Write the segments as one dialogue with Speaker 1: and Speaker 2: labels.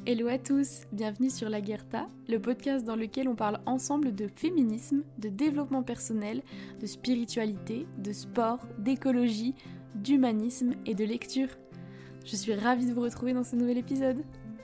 Speaker 1: Hello à tous, bienvenue sur La Guerta, le podcast dans lequel on parle ensemble de féminisme, de développement personnel, de spiritualité, de sport, d'écologie, d'humanisme et de lecture. Je suis ravie de vous retrouver dans ce nouvel épisode.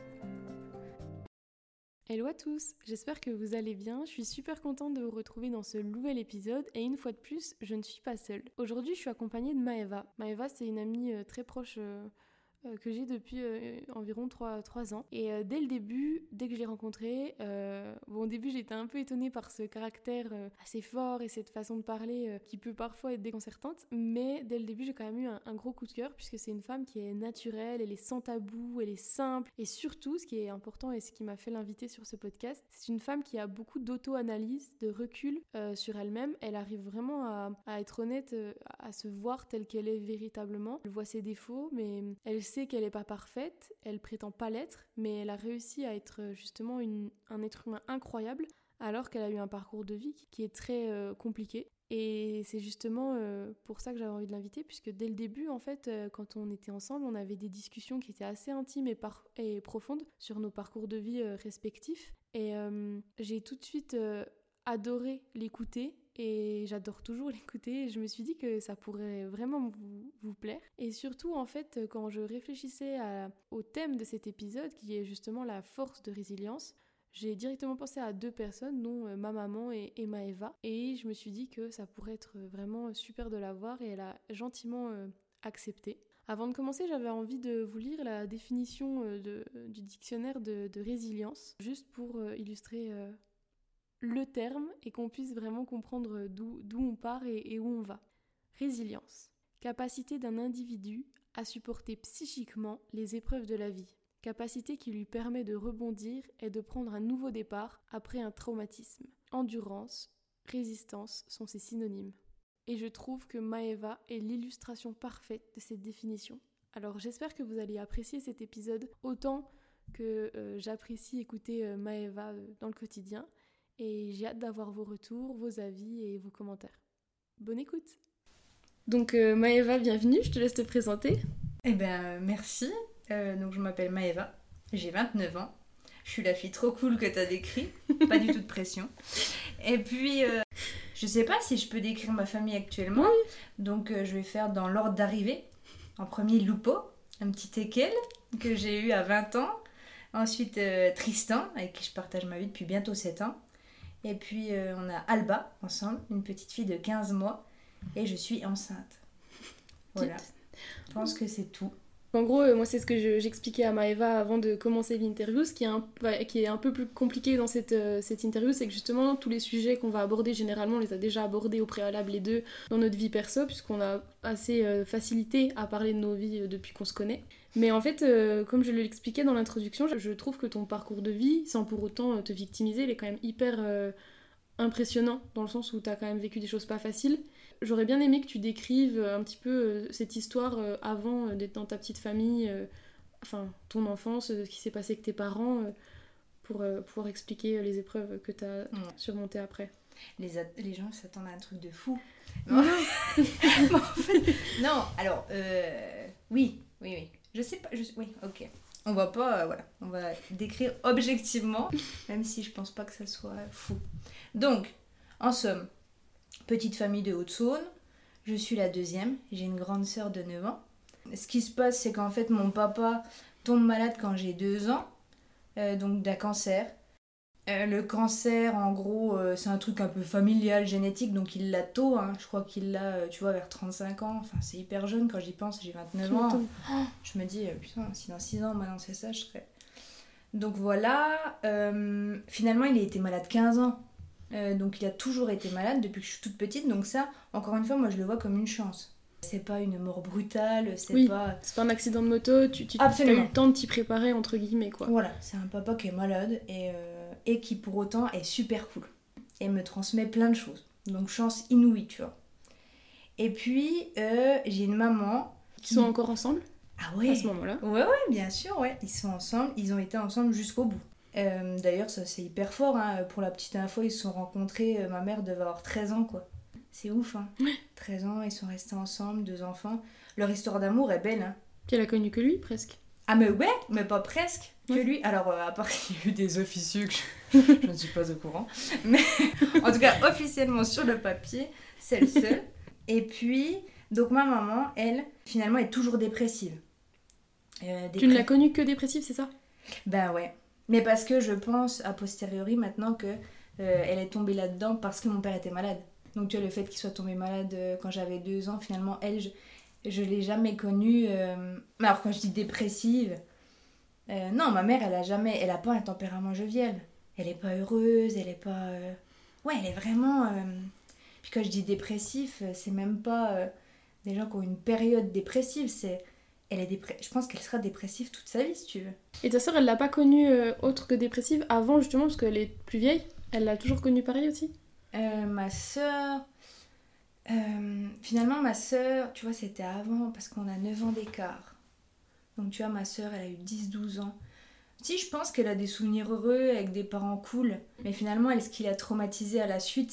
Speaker 1: Hello à tous, j'espère que vous allez bien, je suis super contente de vous retrouver dans ce nouvel épisode et une fois de plus, je ne suis pas seule. Aujourd'hui, je suis accompagnée de Maëva. Maëva, c'est une amie très proche que j'ai depuis environ 3 ans. Et dès le début, dès que je l'ai rencontrée, au début j'étais un peu étonnée par ce caractère assez fort et cette façon de parler qui peut parfois être déconcertante, mais dès le début j'ai quand même eu un gros coup de cœur puisque c'est une femme qui est naturelle, elle est sans tabou, elle est simple et surtout ce qui est important et ce qui m'a fait l'inviter sur ce podcast, c'est une femme qui a beaucoup d'auto-analyse, de recul sur elle-même. Elle arrive vraiment à être honnête, à se voir telle qu'elle est véritablement. Elle voit ses défauts, mais elle sait qu'elle n'est pas parfaite, elle prétend pas l'être, mais elle a réussi à être justement un être humain incroyable alors qu'elle a eu un parcours de vie qui est très compliqué. Et c'est justement pour ça que j'avais envie de l'inviter, puisque dès le début, en fait, quand on était ensemble, on avait des discussions qui étaient assez intimes et profondes sur nos parcours de vie respectifs. Et j'ai tout de suite adoré l'écouter. Et j'adore toujours l'écouter. Je me suis dit que ça pourrait vraiment vous plaire. Et surtout, en fait, quand je réfléchissais au thème de cet épisode, qui est justement la force de résilience, j'ai directement pensé à 2 personnes, dont ma maman et Maëva. Et je me suis dit que ça pourrait être vraiment super de la voir et elle a gentiment accepté. Avant de commencer, j'avais envie de vous lire la définition du dictionnaire de résilience, juste pour illustrer le terme et qu'on puisse vraiment comprendre d'où on part et où on va. Résilience. Capacité d'un individu à supporter psychiquement les épreuves de la vie. Capacité qui lui permet de rebondir et de prendre un nouveau départ après un traumatisme. Endurance, résistance sont ses synonymes. Et je trouve que Maëva est l'illustration parfaite de cette définition. Alors j'espère que vous allez apprécier cet épisode autant que j'apprécie écouter Maëva dans le quotidien. Et j'ai hâte d'avoir vos retours, vos avis et vos commentaires. Bonne écoute. Donc Maëva, bienvenue, je te laisse te présenter.
Speaker 2: Eh ben merci, donc je m'appelle Maëva, j'ai 29 ans, je suis la fille trop cool que t'as décrit, pas du tout de pression. Et puis, je sais pas si je peux décrire ma famille actuellement, oui. Donc je vais faire dans l'ordre d'arrivée. En premier, Lupo, un petit teckel que j'ai eu à 20 ans. Ensuite, Tristan, avec qui je partage ma vie depuis bientôt 7 ans. Et puis on a Alba, ensemble, une petite fille de 15 mois. Et je suis enceinte. Voilà. Je pense que c'est tout.
Speaker 1: En gros, moi c'est ce que j'expliquais à Maëva avant de commencer l'interview. Ce qui est un peu plus compliqué dans cette interview, c'est que justement tous les sujets qu'on va aborder, généralement on les a déjà abordés au préalable les deux dans notre vie perso, puisqu'on a assez facilité à parler de nos vies depuis qu'on se connaît. Mais en fait, comme je l'expliquais dans l'introduction, je trouve que ton parcours de vie, sans pour autant te victimiser, il est quand même hyper impressionnant, dans le sens où t'as quand même vécu des choses pas faciles. J'aurais bien aimé que tu décrives un petit peu cette histoire avant d'être dans ta petite famille, enfin ton enfance, ce qui s'est passé avec tes parents, pour pouvoir expliquer les épreuves que t'as surmontées après.
Speaker 2: Les gens s'attendent à un truc de fou. Non, en fait, non, alors, oui. Je sais pas, oui, ok. On va pas, voilà, on va décrire objectivement, même si je pense pas que ça soit fou. Donc, en somme, petite famille de Haute-Saône, je suis la deuxième, j'ai une grande sœur de 9 ans. Ce qui se passe, c'est qu'en fait, mon papa tombe malade quand j'ai 2 ans, donc d'un cancer. Le cancer, en gros, c'est un truc un peu familial, génétique, donc il l'a tôt, hein. Je crois qu'il l'a, tu vois, vers 35 ans. Enfin, c'est hyper jeune quand j'y pense, j'ai 29 ans. Je me dis, putain, si dans 6 ans, maintenant c'est ça, je serais... Donc voilà, finalement, il a été malade 15 ans. Donc il a toujours été malade depuis que je suis toute petite, donc ça, encore une fois, moi je le vois comme une chance. C'est pas une mort brutale, c'est pas
Speaker 1: un accident de moto, tu as eu le temps de t'y préparer, entre guillemets, quoi.
Speaker 2: Voilà, c'est un papa qui est malade et qui pour autant est super cool et me transmet plein de choses. Donc chance inouïe, tu vois. Et puis j'ai une maman
Speaker 1: qui sont encore ensemble.
Speaker 2: Ah ouais.
Speaker 1: À ce moment-là.
Speaker 2: Ouais, bien sûr, ouais. Ils sont ensemble, ils ont été ensemble jusqu'au bout. D'ailleurs, ça c'est hyper fort, hein. Pour la petite info, ils se sont rencontrés, ma mère devait avoir 13 ans, quoi. C'est ouf, hein. 13 ans, ils sont restés ensemble, 2 enfants. Leur histoire d'amour est belle, hein.
Speaker 1: Puis elle a connu que lui, presque.
Speaker 2: Ah mais ouais, mais pas presque que lui. Alors à part qu'il y a eu des officieux que je ne suis pas au courant. Mais en tout cas, officiellement sur le papier, c'est le seul. Et puis, donc ma maman, elle, finalement, est toujours dépressive.
Speaker 1: Tu ne l'as connue que dépressive, c'est ça?
Speaker 2: Ben ouais. Mais parce que je pense, a posteriori, maintenant que elle est tombée là-dedans parce que mon père était malade. Donc tu vois, le fait qu'il soit tombé malade quand j'avais 2 ans, finalement, elle, je l'ai jamais connue. Alors quand je dis dépressive, non, ma mère, elle a pas un tempérament jovial. Elle est pas heureuse, elle est pas... Ouais, elle est vraiment... Puis quand je dis dépressif, c'est même pas des gens qui ont une période dépressive, c'est... Je pense qu'elle sera dépressive toute sa vie, si tu veux.
Speaker 1: Et ta sœur, elle l'a pas connue autre que dépressive avant, justement, parce qu'elle est plus vieille? Elle l'a toujours connue pareil aussi?
Speaker 2: Ma sœur... finalement, ma sœur, tu vois, c'était avant, parce qu'on a 9 ans d'écart. Donc tu vois, ma sœur, elle a eu 10-12 ans. Si, je pense qu'elle a des souvenirs heureux avec des parents cool. Mais finalement, elle, ce qui l'a traumatisée à la suite,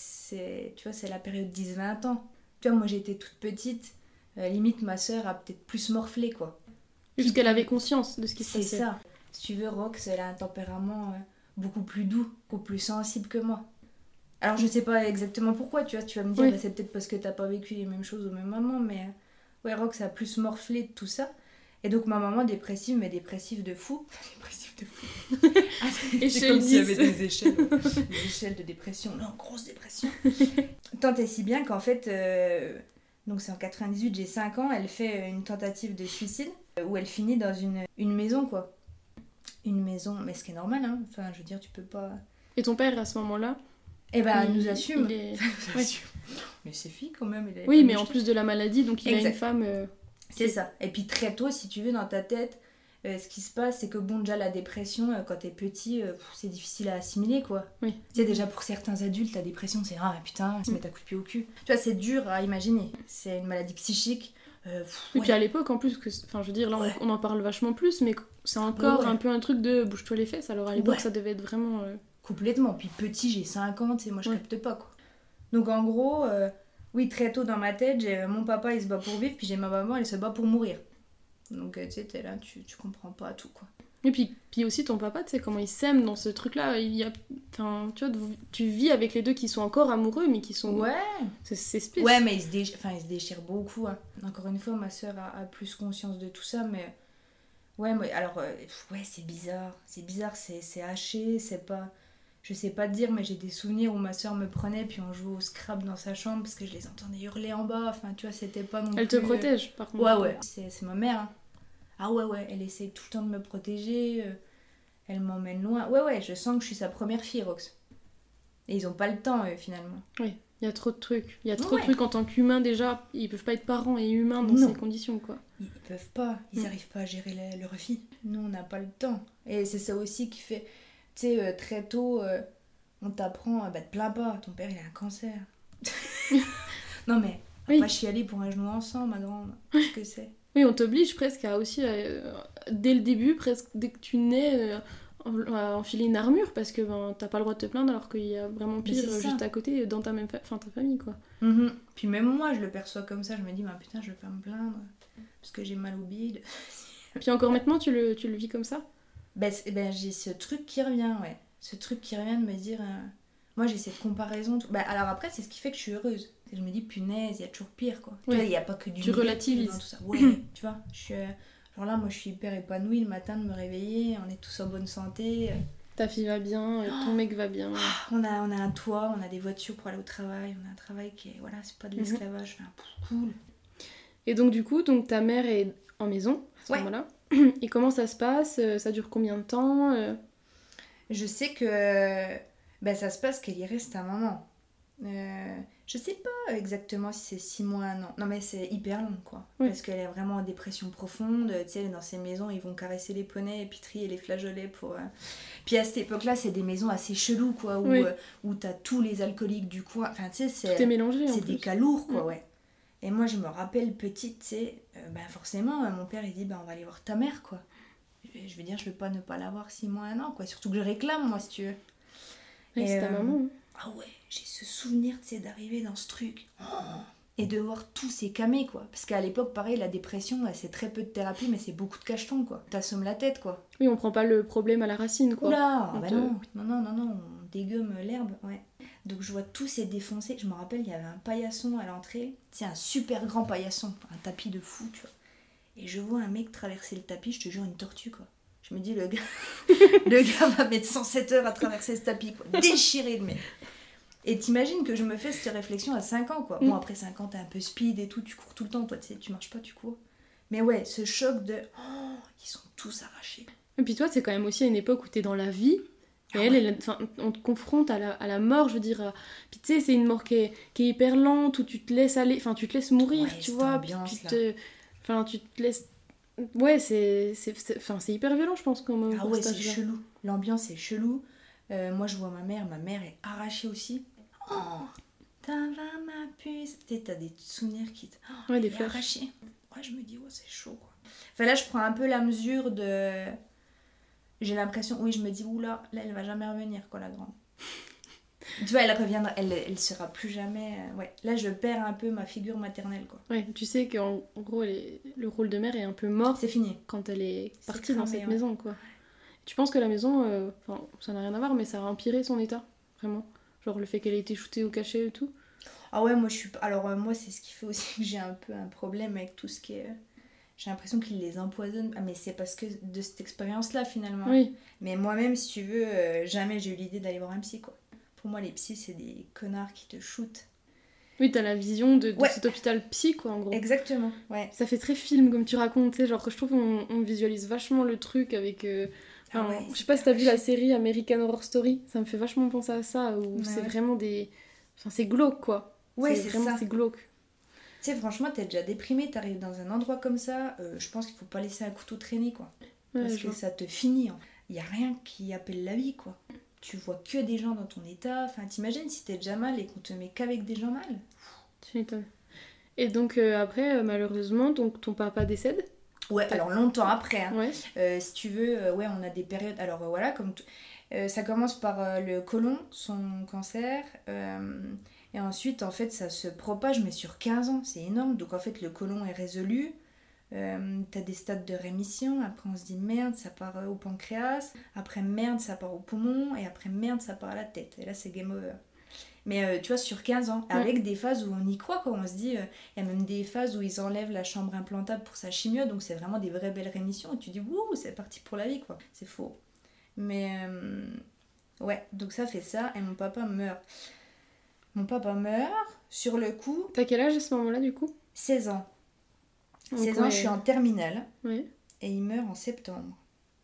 Speaker 2: tu vois, c'est la période 10-20 ans. Tu vois, moi, j'étais toute petite. Limite, ma sœur a peut-être plus morflé, quoi.
Speaker 1: Juste qu'elle avait conscience de ce qui se passait.
Speaker 2: C'est ça. Si tu veux, Rox, elle a un tempérament beaucoup plus doux, beaucoup plus sensible que moi. Alors, je sais pas exactement pourquoi, tu vois. Tu vas me dire,
Speaker 1: Oui.
Speaker 2: bah, c'est peut-être parce que t'as pas vécu les mêmes choses au même moment. Mais ouais, Rox a plus morflé de tout ça. Et donc ma maman dépressive, mais dépressive de fou. Dépressive de fou. Ah, c'est comme s'il y avait des échelles. Des échelles de dépression. Non, grosse dépression. Tant et si bien qu'en fait, donc c'est en 98, j'ai 5 ans, elle fait une tentative de suicide où elle finit dans une maison, quoi. Une maison, mais ce qui est normal, hein. Enfin, je veux dire, tu peux pas...
Speaker 1: Et ton père, à ce moment-là,
Speaker 2: Eh ben, elle nous assume.
Speaker 1: il est...
Speaker 2: Nous assume. Mais c'est fille quand même.
Speaker 1: Oui, mais en plus de la maladie, donc il a une femme...
Speaker 2: C'est ça. Et puis très tôt, si tu veux, dans ta tête, ce qui se passe, c'est que bon, déjà la dépression, quand t'es petit, c'est difficile à assimiler, quoi.
Speaker 1: Oui.
Speaker 2: Tu sais, déjà pour certains adultes, la dépression, c'est ah putain, ils se mettent à coups de pied au cul. Tu vois, c'est dur à imaginer. C'est une maladie psychique.
Speaker 1: Et puis à l'époque, en plus, enfin, je veux dire, là, on en parle vachement plus, mais c'est encore un peu un truc de bouge-toi les fesses. Alors à l'époque, ça devait être vraiment.
Speaker 2: Complètement. Puis petit, j'ai 50, et moi je capte pas, quoi. Donc en gros. Oui, très tôt dans ma tête, j'ai mon papa, il se bat pour vivre, puis j'ai ma maman, elle se bat pour mourir. Donc, tu sais, t'es là, tu comprends pas tout, quoi.
Speaker 1: Et puis aussi, ton papa, tu sais, comment il s'aime dans ce truc-là. Enfin, tu vois, tu vis avec les deux qui sont encore amoureux, mais qui sont...
Speaker 2: Ouais.
Speaker 1: C'est spécial.
Speaker 2: Ouais, mais ils se déchirent beaucoup. Hein. Encore une fois, ma soeur a plus conscience de tout ça, mais... Ouais, alors, ouais, c'est bizarre. C'est bizarre, c'est haché, c'est pas... Je sais pas te dire, mais j'ai des souvenirs où ma soeur me prenait, puis on jouait au Scrabble dans sa chambre, parce que je les entendais hurler en bas. Enfin, tu vois, c'était pas non plus...
Speaker 1: Elle te protège, par contre.
Speaker 2: Ouais. C'est ma mère, hein. Ah ouais, elle essaie tout le temps de me protéger, elle m'emmène loin. Ouais, je sens que je suis sa première fille, Rox. Et ils ont pas le temps, finalement.
Speaker 1: Oui, il y a trop de trucs. Il y a trop de trucs en tant qu'humains, déjà. Ils peuvent pas être parents et humains dans ces conditions, quoi.
Speaker 2: Ils peuvent pas. Ils arrivent pas à gérer leur vie. Nous, on n'a pas le temps. Et c'est ça aussi qui fait... Tu sais, très tôt, on t'apprend... Bah, te plains pas, ton père, il a un cancer. Non, mais... Pas chialer pour un genou ensemble, ma grande. Qu'est-ce que c'est?
Speaker 1: Oui, on t'oblige presque à aussi, dès le début, presque dès que tu nais, à enfiler une armure parce que t'as pas le droit de te plaindre alors qu'il y a vraiment pire juste à côté dans ta famille, quoi.
Speaker 2: Puis même moi, je le perçois comme ça, je me dis, bah putain, je vais pas me plaindre parce que j'ai mal au bide.
Speaker 1: Puis encore maintenant, tu le vis comme ça?
Speaker 2: Ben, j'ai ce truc qui revient, ouais. Ce truc qui revient de me dire... Moi, j'ai cette comparaison. Alors après, c'est ce qui fait que je suis heureuse. Je me dis, punaise, il y a toujours pire, quoi. Il n'y a pas que du...
Speaker 1: Tu relativises.
Speaker 2: Tout ça. Ouais, tu vois. Genre là, moi, je suis hyper épanouie le matin de me réveiller. On est tous en bonne santé.
Speaker 1: Ta fille va bien, ton mec va bien.
Speaker 2: On a un toit, on a des voitures pour aller au travail. On a un travail qui est... Voilà, c'est pas de l'esclavage. Cool.
Speaker 1: Et donc, du coup, ta mère est en maison à ce moment-là. Et comment ça se passe? Ça dure combien de temps?
Speaker 2: Je sais que... ça se passe qu'elle y reste un moment. Je sais pas exactement si c'est 6 mois, 1 an. Non, mais c'est hyper long, quoi. Oui. Parce qu'elle est vraiment en dépression profonde. Tu sais, dans ces maisons, ils vont caresser les poneys et puis trier les flageolets pour... Puis à cette époque-là, c'est des maisons assez cheloues, quoi, où t'as tous les alcooliques du coin. Enfin, tu sais,
Speaker 1: tout est mélangé,
Speaker 2: c'est des cas lourds, quoi, ouais. Et moi, je me rappelle petite, tu sais, forcément, mon père, il dit, on va aller voir ta mère, quoi. Je veux dire, je vais pas ne pas la voir 6 mois, 1 an, quoi. Surtout que je réclame, moi, si tu veux.
Speaker 1: Et c'est ta maman.
Speaker 2: Ah ouais, j'ai ce souvenir, tu sais, d'arriver dans ce truc. Oh, Et de voir tous ces camés, quoi. Parce qu'à l'époque, pareil, la dépression, c'est très peu de thérapie, mais c'est beaucoup de cachetons, quoi. T'assommes la tête, quoi.
Speaker 1: Oui, on prend pas le problème à la racine, quoi.
Speaker 2: Oula, non, on dégomme l'herbe, ouais. Donc je vois tous ces défoncés. Je me rappelle, il y avait un paillasson à l'entrée. C'est un super grand paillasson, un tapis de fou, tu vois. Et je vois un mec traverser le tapis, je te jure, une tortue, quoi. Je me dis, le gars va mettre 107 heures à traverser ce tapis, quoi. Déchiré, le mec. Et t'imagines que je me fais cette réflexion à 5 ans, quoi. Bon, après 5 ans, t'es un peu speed et tout, tu cours tout le temps, toi, tu sais, tu marches pas, tu cours. Mais ouais, ce choc de... Oh, ils sont tous arrachés.
Speaker 1: Et puis toi, c'est quand même aussi à une époque où t'es dans la vie. Et on te confronte à la mort, je veux dire. Puis tu sais, c'est une mort qui est hyper lente, où tu te laisses aller, enfin tu te laisses mourir, tu vois. Puis tu te laisses... Ouais, c'est hyper violent, je pense, quand même.
Speaker 2: Ah ouais, c'est chelou. L'ambiance est chelou. Moi, je vois ma mère est arrachée aussi. Oh, t'as ma puce. Tu sais, t'as des souvenirs qui...
Speaker 1: Oh, ouais, des fleurs.
Speaker 2: Arrachée. Ouais, je me dis, c'est chaud, quoi. Enfin, là, je prends un peu la mesure de... J'ai l'impression, oui, je me dis, oula, là, elle va jamais revenir, quoi, la grande. Tu vois, elle reviendra, elle sera plus jamais... ouais, là, je perds un peu ma figure maternelle, quoi.
Speaker 1: Ouais, tu sais qu'en gros, le rôle de mère est un peu mort.
Speaker 2: C'est fini.
Speaker 1: Quand elle est partie dans cette maison, quoi. Tu penses que la maison, ça n'a rien à voir, mais ça a empiré son état, vraiment? Genre le fait qu'elle ait été shootée au cachet et tout?
Speaker 2: Ah ouais, moi, moi, c'est ce qui fait aussi que j'ai un peu un problème avec tout ce qui est... J'ai l'impression qu'ils les empoisonnent. Ah, mais c'est parce que de cette expérience-là, finalement.
Speaker 1: Oui.
Speaker 2: Mais moi-même, si tu veux, jamais j'ai eu l'idée d'aller voir un psy, quoi. Pour moi, les psys, c'est des connards qui te shootent.
Speaker 1: Oui, t'as la vision de cet hôpital psy, quoi, en gros.
Speaker 2: Exactement, ouais.
Speaker 1: Ça fait très film, comme tu racontes, tu sais, genre, je trouve qu'on visualise vachement le truc avec... je sais pas si t'as vu la série American Horror Story, ça me fait vachement penser à ça, où c'est vraiment des... Enfin, c'est glauque, quoi.
Speaker 2: Ouais, c'est ça.
Speaker 1: C'est glauque.
Speaker 2: Tu sais, franchement, t'es déjà déprimé, t'arrives dans un endroit comme ça, je pense qu'il faut pas laisser un couteau traîner, quoi.
Speaker 1: Ouais,
Speaker 2: parce que ça te finit. Il y a rien qui appelle la vie, quoi. Tu vois que des gens dans ton état. Enfin, t'imagines si t'es déjà mal et qu'on te met qu'avec des gens mal.
Speaker 1: Tu m'étonnes. Et donc, après, malheureusement, donc, ton papa décède.
Speaker 2: Ouais, alors longtemps après. Hein.
Speaker 1: Ouais.
Speaker 2: Si tu veux, on a des périodes... Alors voilà, comme ça commence par le côlon, son cancer... Et ensuite, en fait, ça se propage, mais sur 15 ans, c'est énorme. Donc, en fait, le côlon est résolu. T'as des stades de rémission. Après, on se dit merde, ça part au pancréas. Après, merde, ça part au poumon. Et après, merde, ça part à la tête. Et là, c'est game over. Mais tu vois, sur 15 ans, avec des phases où on y croit, quoi. On se dit, il y a même des phases où ils enlèvent la chambre implantable pour sa chimio. Donc, c'est vraiment des vraies belles rémissions. Et tu dis, wouh, c'est parti pour la vie, quoi. C'est faux. Mais, ouais, donc ça fait ça. Et mon papa meurt. Mon papa meurt, sur le coup...
Speaker 1: T'as quel âge à ce moment-là, du coup?
Speaker 2: 16 ans. Donc 16 ans, je suis en terminale.
Speaker 1: Oui.
Speaker 2: Et il meurt en septembre.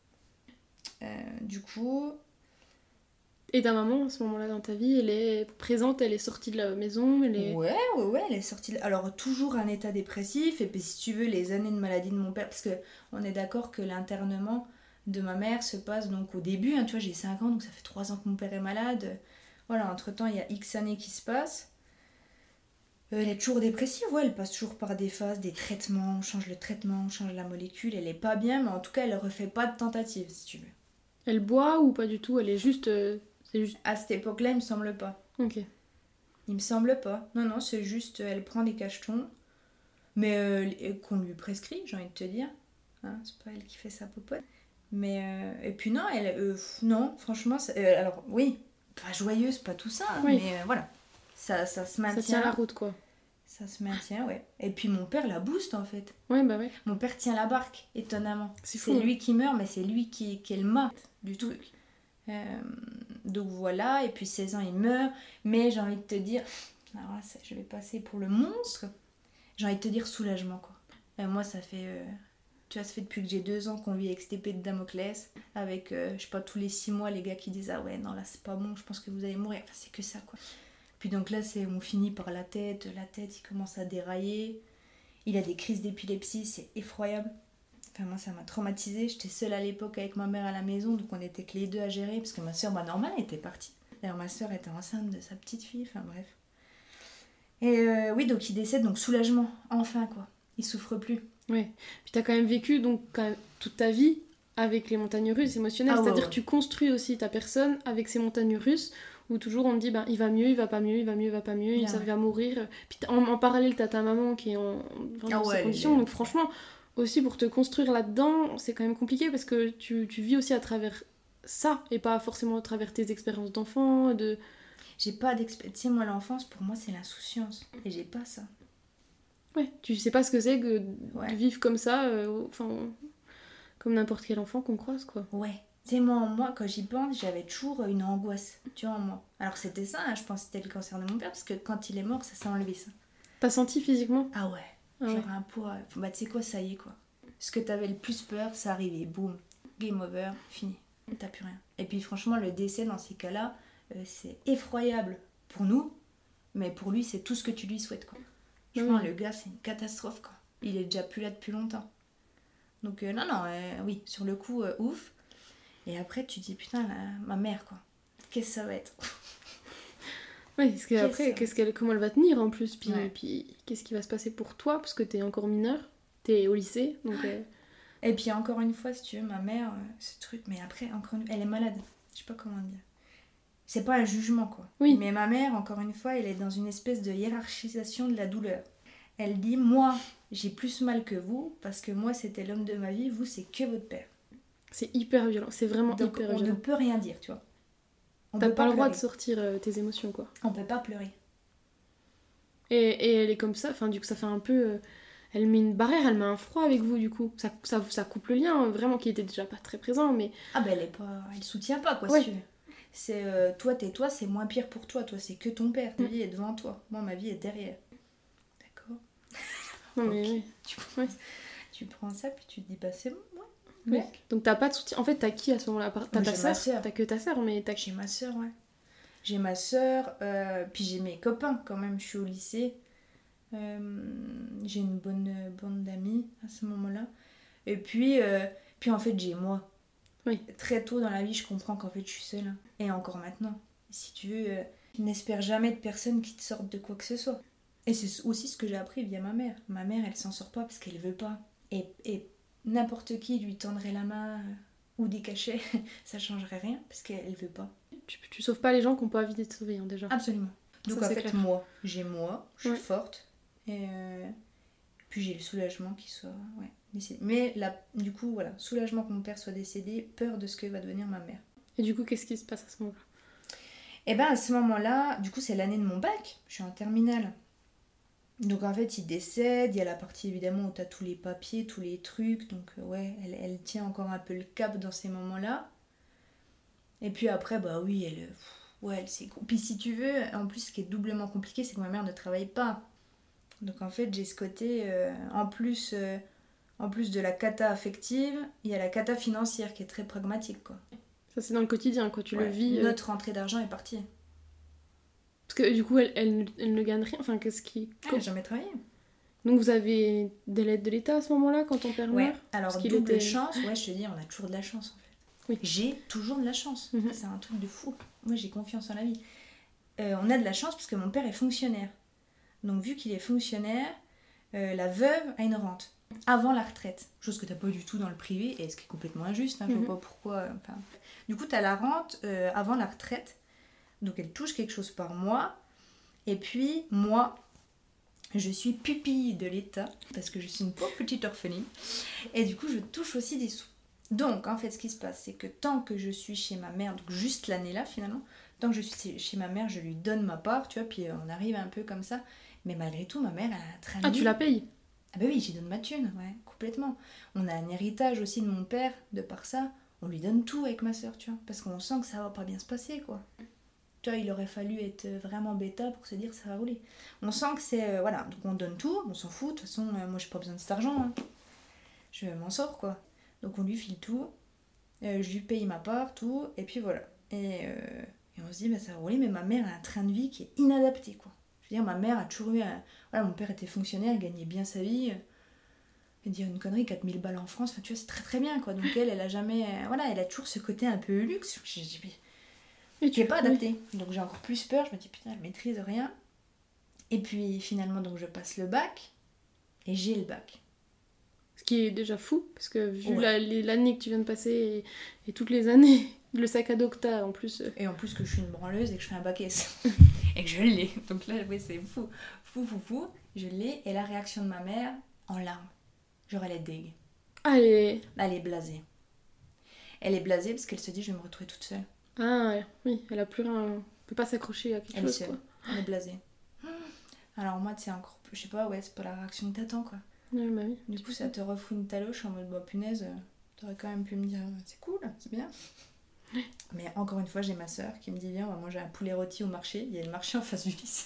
Speaker 2: Du coup...
Speaker 1: Et ta maman, à ce moment-là dans ta vie, elle est présente, elle est sortie de la maison, elle est...
Speaker 2: Ouais, elle est sortie... Alors, toujours un état dépressif, et puis si tu veux, les années de maladie de mon père, parce qu'on est d'accord que l'internement de ma mère se passe donc au début, hein, tu vois, j'ai 5 ans, donc ça fait 3 ans que mon père est malade... Voilà, entre-temps, il y a X années qui se passent. Elle est toujours dépressive, elle passe toujours par des phases, des traitements, on change le traitement, on change la molécule, elle est pas bien, mais en tout cas, elle refait pas de tentative, si tu veux.
Speaker 1: Elle boit ou pas du tout? Elle est juste... c'est juste...
Speaker 2: À cette époque-là, il me semble pas.
Speaker 1: Ok.
Speaker 2: Il me semble pas. Non, c'est juste, elle prend des cachetons, mais qu'on lui prescrit, j'ai envie de te dire. Hein, c'est pas elle qui fait sa popote. Mais, et puis non, non, franchement, alors, oui... Pas joyeuse, pas tout ça, mais voilà, ça se maintient.
Speaker 1: Ça tient la route, quoi.
Speaker 2: Ça se maintient, ouais. Et puis mon père la booste, en fait.
Speaker 1: Ouais, bah ouais.
Speaker 2: Mon père tient la barque, étonnamment.
Speaker 1: C'est
Speaker 2: lui qui meurt, mais c'est lui qui est le mât du truc. Donc voilà, et puis 16 ans, il meurt. Mais j'ai envie de te dire, alors là, je vais passer pour le monstre. J'ai envie de te dire soulagement, quoi. Moi, ça fait... Tu vois, ça fait depuis que j'ai 2 ans qu'on vit avec cette épée de Damoclès, avec, je sais pas, tous les 6 mois, les gars qui disent « Ah ouais, non, là, c'est pas bon, je pense que vous allez mourir. » Enfin, c'est que ça, quoi. Puis donc là, on finit par la tête, il commence à dérailler. Il a des crises d'épilepsie, c'est effroyable. Enfin, moi, ça m'a traumatisée. J'étais seule à l'époque avec ma mère à la maison, donc on était que les deux à gérer, parce que ma soeur, normal, était partie. D'ailleurs, ma soeur était enceinte de sa petite fille, enfin bref. Et oui, donc il décède, donc soulagement, enfin, quoi. Il souffre plus.
Speaker 1: Ouais. Puis t'as quand même vécu toute ta vie avec les montagnes russes émotionnelles. C'est-à-dire que tu construis aussi ta personne avec ces montagnes russes où toujours on te dit, il va mieux, il va pas mieux, il va mieux, il va pas mieux, ça va mourir. Puis en parallèle, t'as ta maman qui est dans ces conditions, donc franchement, aussi pour te construire là-dedans, c'est quand même compliqué parce que tu vis aussi à travers ça et pas forcément à travers tes expériences d'enfant,
Speaker 2: J'ai pas d'expérience. Tu sais, moi, l'enfance, pour moi, c'est l'insouciance. Et j'ai pas ça.
Speaker 1: Ouais, tu sais pas ce que c'est que de vivre comme ça, comme n'importe quel enfant qu'on croise, quoi.
Speaker 2: Ouais. Tu sais, moi, quand j'y pense, j'avais toujours une angoisse, tu vois, en moi. Alors, c'était ça, hein, je pense que c'était le cancer de mon père, parce que quand il est mort, ça s'est enlevé, ça.
Speaker 1: T'as senti physiquement?
Speaker 2: Ah ouais. Genre un poids. Bah, tu sais quoi, ça y est, quoi. Ce que t'avais le plus peur, ça arrivait. Boum. Game over. Fini. T'as plus rien. Et puis, franchement, le décès, dans ces cas-là, c'est effroyable pour nous, mais pour lui, c'est tout ce que tu lui souhaites, quoi. Franchement, le gars, c'est une catastrophe, quoi. Il est déjà plus là depuis longtemps. Donc, oui, sur le coup, ouf. Et après, tu te dis, putain, ma mère, quoi. Qu'est-ce que ça va être?
Speaker 1: Oui, parce qu'après, comment elle va tenir en plus? Puis qu'est-ce qui va se passer pour toi? Parce que t'es encore mineur, t'es au lycée. Donc,
Speaker 2: Et puis, encore une fois, si tu veux, ma mère, ce truc, mais après, elle est malade. Je sais pas comment dire. C'est pas un jugement, quoi.
Speaker 1: Oui.
Speaker 2: Mais ma mère, encore une fois, elle est dans une espèce de hiérarchisation de la douleur. Elle dit, moi, j'ai plus mal que vous, parce que moi, c'était l'homme de ma vie, vous, c'est que votre père.
Speaker 1: C'est hyper violent, c'est vraiment
Speaker 2: donc,
Speaker 1: hyper violent.
Speaker 2: On ne peut rien dire, tu vois.
Speaker 1: T'as pas le droit de sortir tes émotions, quoi.
Speaker 2: On peut pas pleurer.
Speaker 1: Et elle est comme ça, enfin, du coup, ça fait un peu... elle met une barrière, elle met un froid avec vous, du coup. Ça coupe le lien, vraiment, qui était déjà pas très présent, mais...
Speaker 2: Ah ben, elle soutient pas, quoi, si tu veux. C'est toi, tais-toi, c'est moins pire pour toi. Toi, c'est que ton père. Ta vie est devant toi. Moi, ma vie est derrière. D'accord.
Speaker 1: Non, mais oui.
Speaker 2: Tu prends ça, puis tu te dis, bah c'est bon, ouais.
Speaker 1: Oui. Donc t'as pas de soutien. En fait, t'as qui à ce moment-là? T'as ta soeur. T'as que ta soeur, mais t'as...
Speaker 2: J'ai ma soeur, ouais. J'ai ma soeur, puis j'ai mes copains quand même. Je suis au lycée. J'ai une bonne bande d'amis à ce moment-là. Et puis en fait, j'ai moi.
Speaker 1: Oui.
Speaker 2: Très tôt dans la vie, je comprends qu'en fait, je suis seule. Et encore maintenant. Si tu veux, n'espère jamais de personne qui te sorte de quoi que ce soit. Et c'est aussi ce que j'ai appris via ma mère. Ma mère, elle s'en sort pas parce qu'elle veut pas. Et n'importe qui lui tendrait la main ou des cachets, ça changerait rien parce qu'elle veut pas.
Speaker 1: Tu sauves pas les gens qui n'ont pas envie d'être sauvés, hein, déjà.
Speaker 2: Absolument. Donc ça, en fait, clair. Je suis forte. Et puis j'ai le soulagement qu'il soit décédé. Mais là, du coup, voilà, soulagement que mon père soit décédé, peur de ce que va devenir ma mère.
Speaker 1: Et du coup, qu'est-ce qui se passe à ce moment-là?
Speaker 2: Et ben à ce moment-là, du coup, c'est l'année de mon bac. Je suis en terminale. Donc en fait, il décède. Il y a la partie évidemment où tu as tous les papiers, tous les trucs. Donc elle tient encore un peu le cap dans ces moments-là. Et puis après, bah oui, elle c'est... Puis si tu veux, en plus, ce qui est doublement compliqué, c'est que ma mère ne travaille pas. Donc en fait, j'ai ce côté, en plus de la cata affective, il y a la cata financière qui est très pragmatique, quoi.
Speaker 1: Ça, c'est dans le quotidien, quoi. Tu le vis.
Speaker 2: Notre rentrée d'argent est partie.
Speaker 1: Parce que du coup, elle ne gagne rien. Enfin, qu'est-ce qui...
Speaker 2: Elle n'a jamais travaillé.
Speaker 1: Donc vous avez de l'aide de l'État à ce moment-là, quand ton père meurt?
Speaker 2: Alors double chance, je te dis, on a toujours de la chance, en fait.
Speaker 1: Oui.
Speaker 2: J'ai toujours de la chance. Ça, c'est un truc de fou. Moi, j'ai confiance en la vie. On a de la chance parce que mon père est fonctionnaire. Donc vu qu'il est fonctionnaire, la veuve a une rente avant la retraite. Chose que tu n'as pas du tout dans le privé, et ce qui est complètement injuste, hein, je vois pas pourquoi. Du coup, tu as la rente avant la retraite. Donc elle touche quelque chose par mois. Et puis moi, je suis pupille de l'État parce que je suis une pauvre petite orpheline. Et du coup, je touche aussi des sous. Donc en fait, ce qui se passe, c'est que tant que je suis chez ma mère, donc juste l'année-là finalement, tant que je suis chez ma mère, je lui donne ma part, tu vois, puis on arrive un peu comme ça. Mais malgré tout, ma mère, elle a un train de vie.
Speaker 1: Ah, tu la payes?
Speaker 2: Ah bah oui, j'y donne ma thune, ouais, complètement. On a un héritage aussi de mon père, de par ça. On lui donne tout avec ma soeur, tu vois, parce qu'on sent que ça va pas bien se passer, quoi. Tu vois, il aurait fallu être vraiment bêta pour se dire ça va rouler. On sent que c'est... voilà, donc on donne tout, on s'en fout. De toute façon, moi, j'ai pas besoin de cet argent. Hein. Je m'en sors, quoi. Donc on lui file tout. Je lui paye ma part, tout. Et puis voilà. Et on se dit, bah, ça va rouler, mais ma mère a un train de vie qui est inadapté, quoi. Je veux dire, ma mère a toujours eu... Voilà, mon père était fonctionnaire, il gagnait bien sa vie. Et dire une connerie, 4000 balles en France, enfin, tu vois, c'est très très bien, quoi. Donc elle a jamais... voilà, elle a toujours ce côté un peu luxe. Je dis, mais tu n'es pas adaptée. Oui. Donc j'ai encore plus peur, je me dis, putain, elle maîtrise rien. Et puis finalement, donc je passe le bac, et j'ai le bac.
Speaker 1: Ce qui est déjà fou, parce que vu l'année que tu viens de passer, et toutes les années Le sac à dos que t'as en plus.
Speaker 2: Et en plus que je suis une branleuse et que je fais un bac S. Et que je l'ai. Donc là, oui, c'est fou. Fou. Je l'ai. Et la réaction de ma mère, en larmes. Genre, elle est deg.
Speaker 1: Allez.
Speaker 2: Elle est blasée. Elle est blasée parce qu'elle se dit, je vais me retrouver toute seule.
Speaker 1: Ah oui, elle a plus rien. Elle peut pas s'accrocher à quelque chose, quoi.
Speaker 2: Elle est blasée. Alors moi, c'est encore... Je sais pas, ouais, c'est pas la réaction que t'attends, quoi.
Speaker 1: Ouais, bah oui.
Speaker 2: Du coup, ça te refout une taloche en mode, bah punaise, t'aurais quand même pu me dire, c'est cool, c'est bien. Mais encore une fois, j'ai ma soeur qui me dit, viens, on va manger un poulet rôti au marché. Il y a le marché en face du lycée.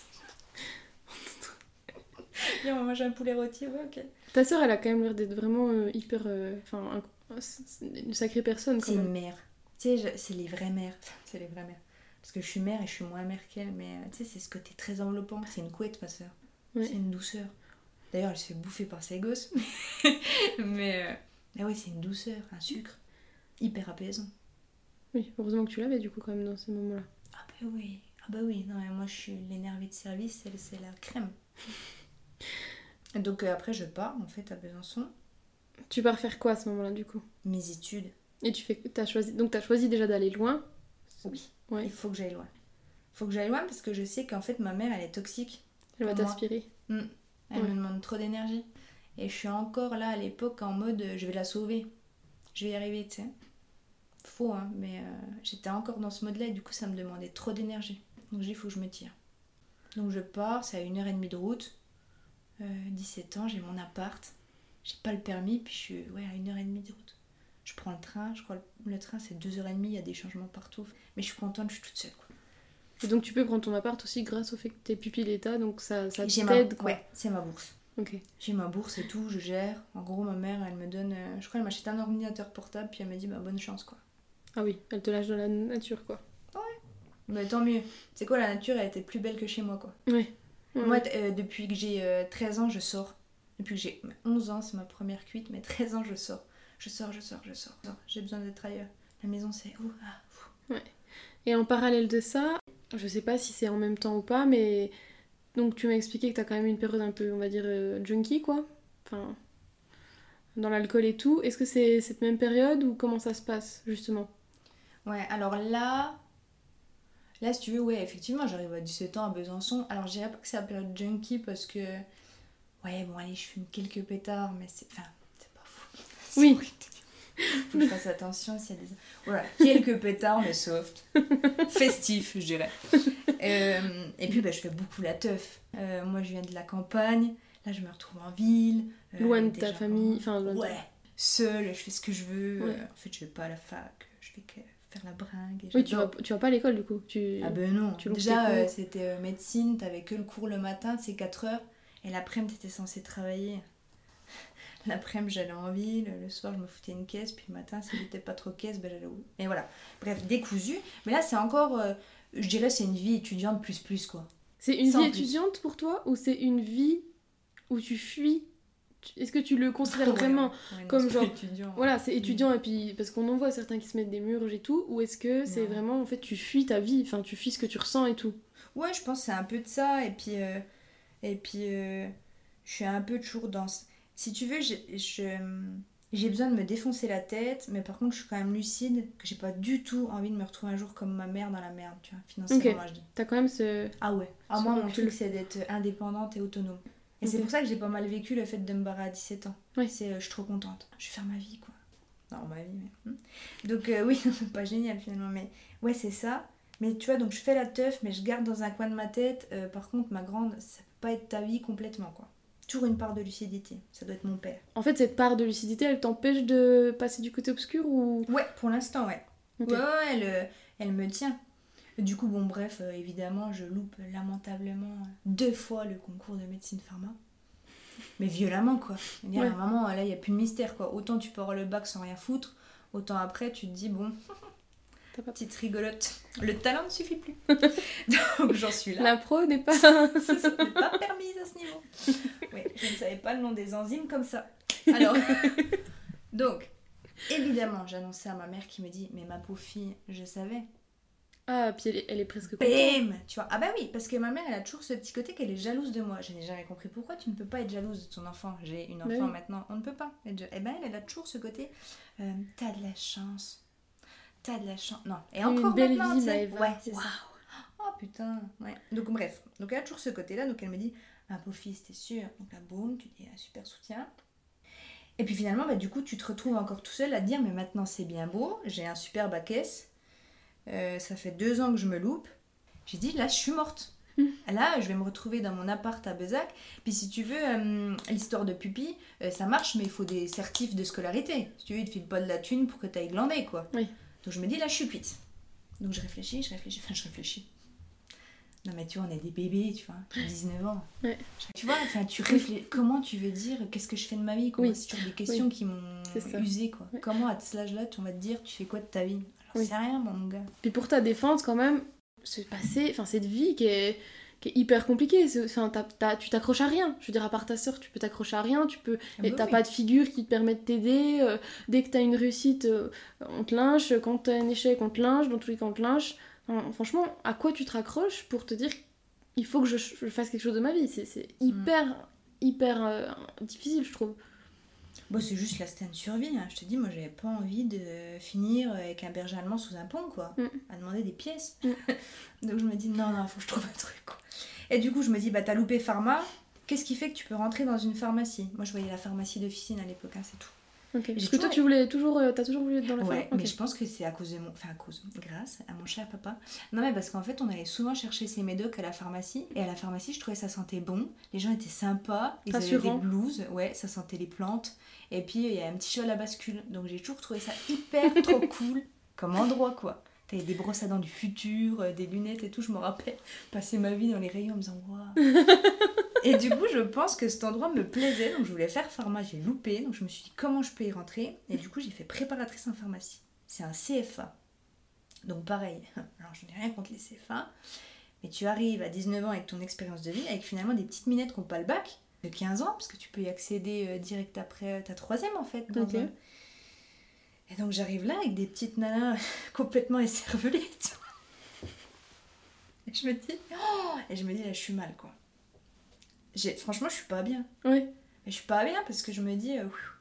Speaker 2: Viens, on va manger un poulet rôti, ouais, ok.
Speaker 1: Ta soeur, elle a quand même l'air d'être vraiment hyper... Enfin, c'est une sacrée personne, quand
Speaker 2: C'est
Speaker 1: même.
Speaker 2: une mère. Tu sais, c'est les vraies mères. C'est les vraies mères. Parce que je suis mère et je suis moins mère qu'elle. Mais tu sais, c'est ce côté très enveloppant. C'est une couette, ma soeur. Ouais. C'est une douceur. D'ailleurs, elle se fait bouffer par ses gosses. mais ouais, c'est une douceur, un sucre. Hyper apaisant.
Speaker 1: Oui, heureusement que tu l'avais, du coup, quand même, dans ces moments-là.
Speaker 2: Ah bah oui. Non, mais moi, je suis l'énervée de service. Elle, c'est la crème. Donc après, je pars, en fait, à Besançon.
Speaker 1: Tu pars faire quoi, à ce moment-là, du coup?
Speaker 2: Mes études.
Speaker 1: Et t'as choisi déjà d'aller loin?
Speaker 2: Oui.
Speaker 1: Ouais.
Speaker 2: Il faut que j'aille loin. Il faut que j'aille loin parce que je sais qu'en fait, ma mère, elle est toxique.
Speaker 1: Elle va t'aspirer.
Speaker 2: Elle me demande trop d'énergie. Et je suis encore là à l'époque en mode je vais la sauver. Je vais y arriver, tu sais. Faux, hein, mais j'étais encore dans ce mode-là et du coup ça me demandait trop d'énergie. Donc j'ai dit il faut que je me tire. Donc je pars, c'est à 1h30 de route. 17 ans, j'ai mon appart. J'ai pas le permis, puis je suis à 1h30 de route. Je prends le train, je crois le train c'est 2h30, il y a des changements partout. Mais je suis contente, je suis toute seule, quoi.
Speaker 1: Et donc tu peux prendre ton appart aussi grâce au fait que t'es pupille d'État, donc ça
Speaker 2: t'aide, quoi. Ouais, c'est ma bourse.
Speaker 1: Ok.
Speaker 2: J'ai ma bourse et tout, je gère. En gros, ma mère, elle me donne... je crois qu'elle m'achète un ordinateur portable, puis elle me dit, bah bonne chance, quoi.
Speaker 1: Ah oui, elle te lâche dans la nature, quoi.
Speaker 2: Ouais. Mais tant mieux. C'est quoi, la nature, elle était plus belle que chez moi, quoi.
Speaker 1: Ouais.
Speaker 2: Moi, depuis que j'ai 13 ans, je sors. Depuis que j'ai 11 ans, c'est ma première cuite, mais 13 ans, je sors. Je sors. J'ai besoin d'être ailleurs. La maison, c'est...
Speaker 1: Ouais. Et en parallèle de ça, je sais pas si c'est en même temps ou pas, mais... Donc tu m'as expliqué que t'as quand même une période un peu, on va dire, junkie, quoi. Enfin, dans l'alcool et tout. Est-ce que c'est cette même période ou comment ça se passe, justement?
Speaker 2: Ouais, alors là, si tu veux, ouais, effectivement, j'arrive à 17 ans à Besançon. Alors je dirais pas que c'est la période junkie parce que... Ouais, bon, allez, je fume quelques pétards, mais c'est... Enfin, c'est pas fou.
Speaker 1: Oui.
Speaker 2: Faut que je fasse attention s'il y a des... Voilà, quelques pétards, mais soft. Festif, je dirais. Et puis, je fais beaucoup la teuf. Moi, je viens de la campagne. Là, je me retrouve en ville.
Speaker 1: Loin de ta famille. Enfin,
Speaker 2: ouais, seule, je fais ce que je veux.
Speaker 1: Ouais.
Speaker 2: En fait, je vais pas à la fac. Je vais que faire la bringue.
Speaker 1: Oui, tu vas pas à l'école, du coup.
Speaker 2: Ah ben non. Déjà, c'était médecine. T'avais que le cours le matin, c'est 4 heures. Et l'après-midi, t'étais censée travailler. L'après-midi, j'allais en ville, le soir, je me foutais une caisse, puis le matin, si j'étais pas trop caisse, j'allais où. Et voilà. Bref, décousu. Mais là, c'est encore, je dirais, c'est une vie étudiante plus, quoi.
Speaker 1: C'est une vie étudiante pour toi, ou c'est une vie où tu fuis? Est-ce que tu le considères vraiment comme genre...
Speaker 2: étudiant.
Speaker 1: Voilà, c'est étudiant, et puis parce qu'on en voit certains qui se mettent des murs et tout, ou est-ce que c'est vraiment, en fait, tu fuis ta vie, enfin, tu fuis ce que tu ressens et tout?
Speaker 2: Ouais, je pense que c'est un peu de ça, et puis je suis un peu toujours dans... Si tu veux, j'ai besoin de me défoncer la tête, mais par contre, je suis quand même lucide, que j'ai pas du tout envie de me retrouver un jour comme ma mère dans la merde, tu vois, financièrement, je dis.
Speaker 1: T'as quand même ce...
Speaker 2: Ah ouais. Moi, mon truc, c'est d'être indépendante et autonome. Et c'est pour ça que j'ai pas mal vécu le fait de me barrer à 17 ans.
Speaker 1: Oui.
Speaker 2: Je suis trop contente. Je vais faire ma vie, quoi. Non, ma vie, mais... Donc, oui, pas génial, finalement, mais... Ouais, c'est ça. Mais tu vois, donc je fais la teuf, mais je garde dans un coin de ma tête. Par contre, ma grande, ça peut pas être ta vie complètement, quoi. Toujours une part de lucidité. Ça doit être mon père.
Speaker 1: En fait, cette part de lucidité, elle t'empêche de passer du côté obscur ou...
Speaker 2: Ouais, pour l'instant, ouais.
Speaker 1: Okay.
Speaker 2: Ouais, elle me tient. Du coup, bon, bref, évidemment, je loupe lamentablement 2 fois le concours de médecine pharma. Mais violemment, quoi. À un moment, là, il n'y a plus de mystère, quoi. Autant tu peux avoir le bac sans rien foutre, autant après, tu te dis, bon... Petite rigolote. Le talent ne suffit plus. Donc j'en suis là.
Speaker 1: La pro n'est pas...
Speaker 2: ça n'est pas permise à ce niveau. Oui, je ne savais pas le nom des enzymes comme ça. Alors, donc, évidemment, j'annonçais à ma mère qui me dit, mais ma pauvre fille, je savais.
Speaker 1: Ah, puis elle est presque
Speaker 2: contente. Bam, tu vois. Ah bah oui, parce que ma mère, elle a toujours ce petit côté qu'elle est jalouse de moi. Je n'ai jamais compris pourquoi tu ne peux pas être jalouse de ton enfant. J'ai une enfant maintenant, on ne peut pas. Et ben elle a toujours ce côté, t'as de la chance. T'as de la chance. Non. Et
Speaker 1: Une
Speaker 2: encore
Speaker 1: belle
Speaker 2: maintenant,
Speaker 1: vie,
Speaker 2: tu sais.
Speaker 1: Maëva.
Speaker 2: Ouais, c'est
Speaker 1: Waouh.
Speaker 2: ça. Oh putain, ouais. Donc bref. Donc elle a toujours ce côté-là. Donc elle me dit, un beau fils, t'es sûr. Donc là, boum, tu dis un super soutien. Et puis finalement, du coup, tu te retrouves encore tout seul à te dire, mais maintenant c'est bien beau, j'ai un super bac S. Ça fait 2 ans que je me loupe. J'ai dit, là, je suis morte. Là, je vais me retrouver dans mon appart à Bezac. Puis si tu veux, l'histoire de pupille, ça marche, mais il faut des certifs de scolarité. Si tu veux, ils te filent pas de la thune pour que tu ailles glander, quoi.
Speaker 1: Oui.
Speaker 2: Donc je me dis, là, je suis cuite. Donc je réfléchis. Non, mais tu vois, on est des bébés, tu vois, j'ai 19 ans.
Speaker 1: Ouais.
Speaker 2: Tu vois, tu réfléchis. Comment tu veux dire, qu'est-ce que je fais de ma vie, quoi.
Speaker 1: Oui.
Speaker 2: C'est toujours des questions qui m'ont usé, quoi.
Speaker 1: Ouais.
Speaker 2: Comment, à cet âge-là, tu vas te dire, tu fais quoi de ta vie? Alors,
Speaker 1: Oui.
Speaker 2: c'est rien, mon gars.
Speaker 1: Puis pour ta défense, quand même, ce passé, enfin cette vie qui est hyper compliquée. Enfin, tu t'accroches à rien. Je veux dire, à part ta soeur, tu peux t'accrocher à rien. T'as pas de figure qui te permet de t'aider. Dès que t'as une réussite, on te lynche. Quand t'as un échec, on te lynche. Dans tous les cas, on te lynche. Enfin, franchement, à quoi tu te raccroches pour te dire il faut que je fasse quelque chose de ma vie? C'est hyper difficile, je trouve.
Speaker 2: Bon, c'est juste l'instinct de survie. Hein. Je te dis, moi, j'avais pas envie de finir avec un berger allemand sous un pont, quoi. À demander des pièces. Donc je me dis, non, faut que je trouve un truc, quoi. Et du coup, je me dis, t'as loupé pharma. Qu'est-ce qui fait que tu peux rentrer dans une pharmacie? Moi, je voyais la pharmacie d'officine à l'époque, hein, c'est tout.
Speaker 1: Okay. Parce que toi, t'as toujours voulu être dans la pharmacie.
Speaker 2: Mais je pense que c'est grâce à mon cher papa. Non, mais parce qu'en fait, on allait souvent chercher ces médocs à la pharmacie. Et à la pharmacie, je trouvais ça sentait bon. Les gens étaient sympas. Ils avaient des blouses. Ouais, ça sentait les plantes. Et puis, il y a un petit chat à la bascule. Donc, j'ai toujours trouvé ça hyper trop cool comme endroit, quoi. T'avais des brosses à dents du futur, des lunettes et tout, je me rappelle. Passer ma vie dans les rayons en me disant waouh. Et du coup, je pense que cet endroit me plaisait, donc je voulais faire pharma, j'ai loupé, donc je me suis dit comment je peux y rentrer. Et du coup, j'ai fait préparatrice en pharmacie. C'est un CFA. Donc pareil, alors je n'ai rien contre les CFA, mais tu arrives à 19 ans avec ton expérience de vie, avec finalement des petites minettes qui n'ont pas le bac, de 15 ans, parce que tu peux y accéder direct après ta 3e en fait. Et donc j'arrive là avec des petites nanas complètement écervelées. Et je me dis, là je suis mal, quoi. Franchement, je suis pas bien.
Speaker 1: Oui.
Speaker 2: Mais je suis pas bien parce que je me dis,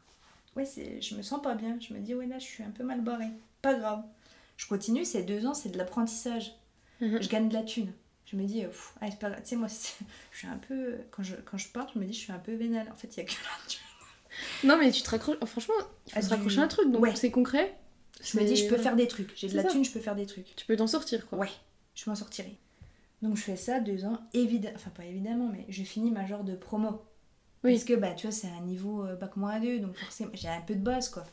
Speaker 2: je me sens pas bien. Je me dis, là, je suis un peu mal barrée. Pas grave. Je continue, ces 2 ans, c'est de l'apprentissage. Je gagne de la thune. Je me dis, c'est pas grave. Tu sais, moi, je suis un peu. Quand je pars, je me dis, je suis un peu vénale. En fait, il y a que la thune.
Speaker 1: Non, mais tu te raccroches. Franchement, il faut se raccrocher à un truc. Donc, c'est concret.
Speaker 2: Je me dis, je peux faire des trucs. J'ai de la thune, je peux faire des trucs.
Speaker 1: Tu peux t'en sortir, quoi.
Speaker 2: Ouais, je m'en sortirai. Donc je fais ça 2 ans, enfin pas évidemment, mais je finis ma genre de promo. Oui. Parce que tu vois, c'est un niveau bac-2, donc forcément j'ai un peu de base, quoi.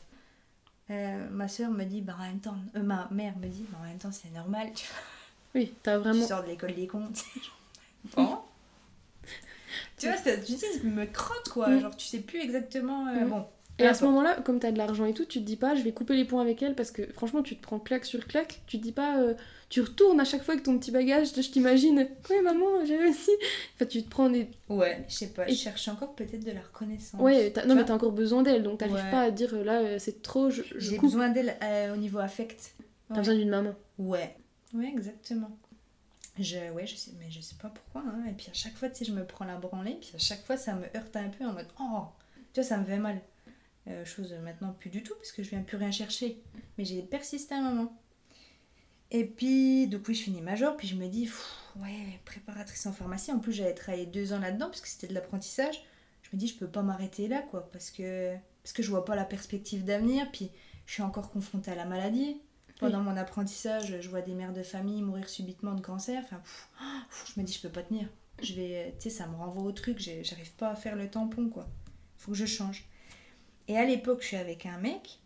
Speaker 2: Ma soeur me dit, en même temps, ma mère me dit, en même temps c'est normal, tu vois.
Speaker 1: Oui, t'as vraiment.
Speaker 2: Tu sors de l'école des comptes. Bon. Tu vois, tu sais, ça me crotte, quoi. Genre tu sais plus exactement. Bon.
Speaker 1: Et à ce moment-là, comme t'as de l'argent et tout, tu te dis pas, je vais couper les points avec elle parce que franchement, tu te prends claque sur claque. Tu te dis pas, tu retournes à chaque fois avec ton petit bagage. Je t'imagine, oui maman, j'ai réussi. Enfin, tu te prends des.
Speaker 2: Ouais, je sais pas, je cherche encore peut-être de la reconnaissance.
Speaker 1: Ouais, mais t'as encore besoin d'elle, donc t'arrives pas à dire là, c'est trop,
Speaker 2: j'ai coupe. Besoin d'elle au niveau affect.
Speaker 1: T'as besoin d'une maman.
Speaker 2: Ouais, exactement. Je sais, mais je sais pas pourquoi. Hein. Et puis à chaque fois, tu sais, je me prends la branlée, puis à chaque fois, ça me heurte un peu en mode, oh, tu vois, ça me fait mal. Chose maintenant plus du tout parce que je viens plus rien chercher, mais j'ai persisté un moment. Et puis donc oui, je finis major, puis je me dis préparatrice en pharmacie, en plus j'avais travaillé 2 ans là-dedans parce que c'était de l'apprentissage. Je me dis je peux pas m'arrêter là, quoi, parce que je vois pas la perspective d'avenir, puis je suis encore confrontée à la maladie. Pendant mon apprentissage, je vois des mères de famille mourir subitement de cancer. Enfin, je me dis je peux pas tenir. Tu sais, ça me renvoie au truc, j'arrive pas à faire le tampon, quoi. Faut que je change. Et à l'époque, je suis avec un mec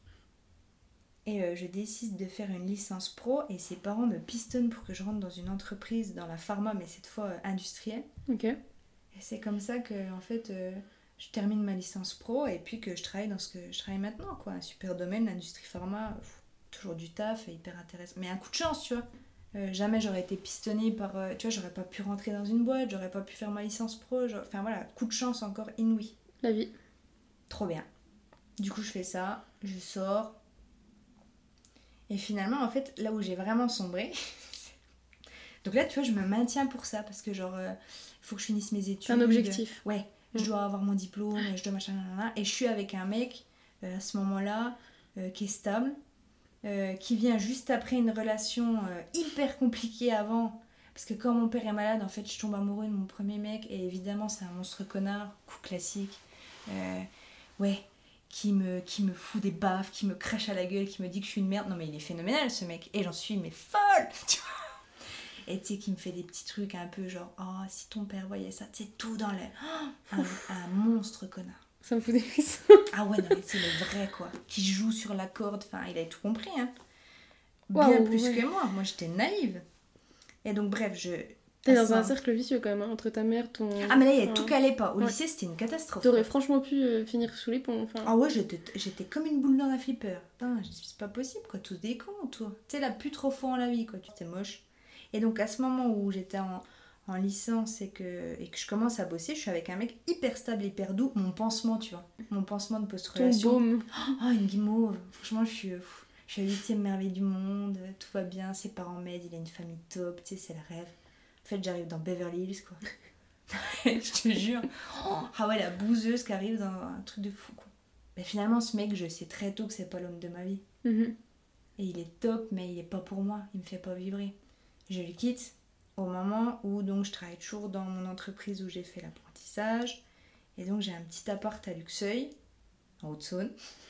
Speaker 2: et je décide de faire une licence pro et ses parents me pistonnent pour que je rentre dans une entreprise, dans la pharma, mais cette fois industrielle.
Speaker 1: Ok.
Speaker 2: Et c'est comme ça que, en fait, je termine ma licence pro et puis que je travaille dans ce que je travaille maintenant, quoi. Un super domaine, l'industrie pharma, toujours du taf, hyper intéressant. Mais un coup de chance, tu vois. Jamais j'aurais été pistonnée par... tu vois, j'aurais pas pu rentrer dans une boîte, j'aurais pas pu faire ma licence pro. Enfin voilà, coup de chance encore inouï.
Speaker 1: La vie.
Speaker 2: Trop bien. Du coup, je fais ça, je sors. Et finalement, en fait, là où j'ai vraiment sombré... Donc là, tu vois, je me maintiens pour ça. Parce que genre, il faut que je finisse mes études.
Speaker 1: C'est un objectif.
Speaker 2: Ouais, je dois avoir mon diplôme, je dois machin, et je suis avec un mec, à ce moment-là, qui est stable. qui vient juste après une relation hyper compliquée avant. Parce que quand mon père est malade, en fait, je tombe amoureux de mon premier mec. Et évidemment, c'est un monstre connard, coup classique. Ouais, qui me fout des baffes, qui me crache à la gueule, qui me dit que je suis une merde. Non mais il est phénoménal ce mec. Et j'en suis mais folle, tu vois. Et tu sais, qui me fait des petits trucs un peu genre, oh, si ton père voyait ça, tu sais, tout dans l'air. Un monstre connard.
Speaker 1: Ça me fout des frissons.
Speaker 2: Ah ouais, non mais c'est le vrai quoi. Qui joue sur la corde, enfin il a tout compris hein. Bien
Speaker 1: Waouh,
Speaker 2: plus
Speaker 1: ouais.
Speaker 2: que moi j'étais naïve. Et donc bref,
Speaker 1: T'es dans un cercle vicieux quand même, hein, entre ta mère, ton...
Speaker 2: Ah mais là il y a tout
Speaker 1: Enfin,
Speaker 2: calait pas. Au
Speaker 1: ouais.
Speaker 2: lycée c'était une catastrophe.
Speaker 1: T'aurais
Speaker 2: quoi.
Speaker 1: franchement pu finir sous les ponts. Enfin...
Speaker 2: Ah ouais, j'étais comme une boule dans un flipper. Putain, c'est pas possible quoi, tous des cons toi. Tu sais là, plus trop fort en la vie quoi, tu t'es moche. Et donc à ce moment où j'étais en licence et que je commence à bosser, je suis avec un mec hyper stable, hyper doux, mon pansement tu vois. Mon pansement de
Speaker 1: Ton
Speaker 2: post-relation.
Speaker 1: baume.
Speaker 2: Oh une guimauve, franchement je suis la 8e merveille du monde, tout va bien, ses parents m'aident, il a une famille top, tu sais c'est le rêve. En fait j'arrive dans Beverly Hills quoi. Je te jure. Ah ouais, la bouseuse qui arrive dans un truc de fou quoi. Mais finalement, ce mec, je sais très tôt que c'est pas l'homme de ma vie.
Speaker 1: Mhm.
Speaker 2: Et il est top, mais il est pas pour moi. Il me fait pas vibrer. Je le quitte au moment où donc je travaille toujours dans mon entreprise où j'ai fait l'apprentissage. Et donc j'ai un petit appart à Luxeuil, en Haute-Saône.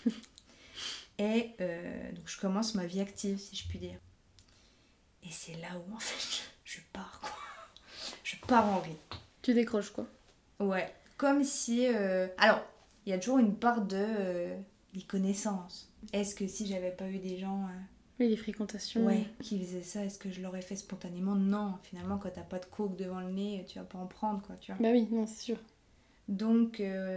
Speaker 2: Et donc je commence ma vie active, si je puis dire. Et c'est là où en fait je pars quoi. Je pars en vrille.
Speaker 1: Tu décroches quoi.
Speaker 2: Ouais, comme si... Alors, il y a toujours une part de... des connaissances. Est-ce que si j'avais pas eu des gens
Speaker 1: Oui, les fréquentations.
Speaker 2: ouais, qui faisaient ça, est-ce que je l'aurais fait spontanément? Non, finalement, quand t'as pas de coke devant le nez, tu vas pas en prendre, quoi, tu vois.
Speaker 1: Bah oui, non, c'est sûr.
Speaker 2: Donc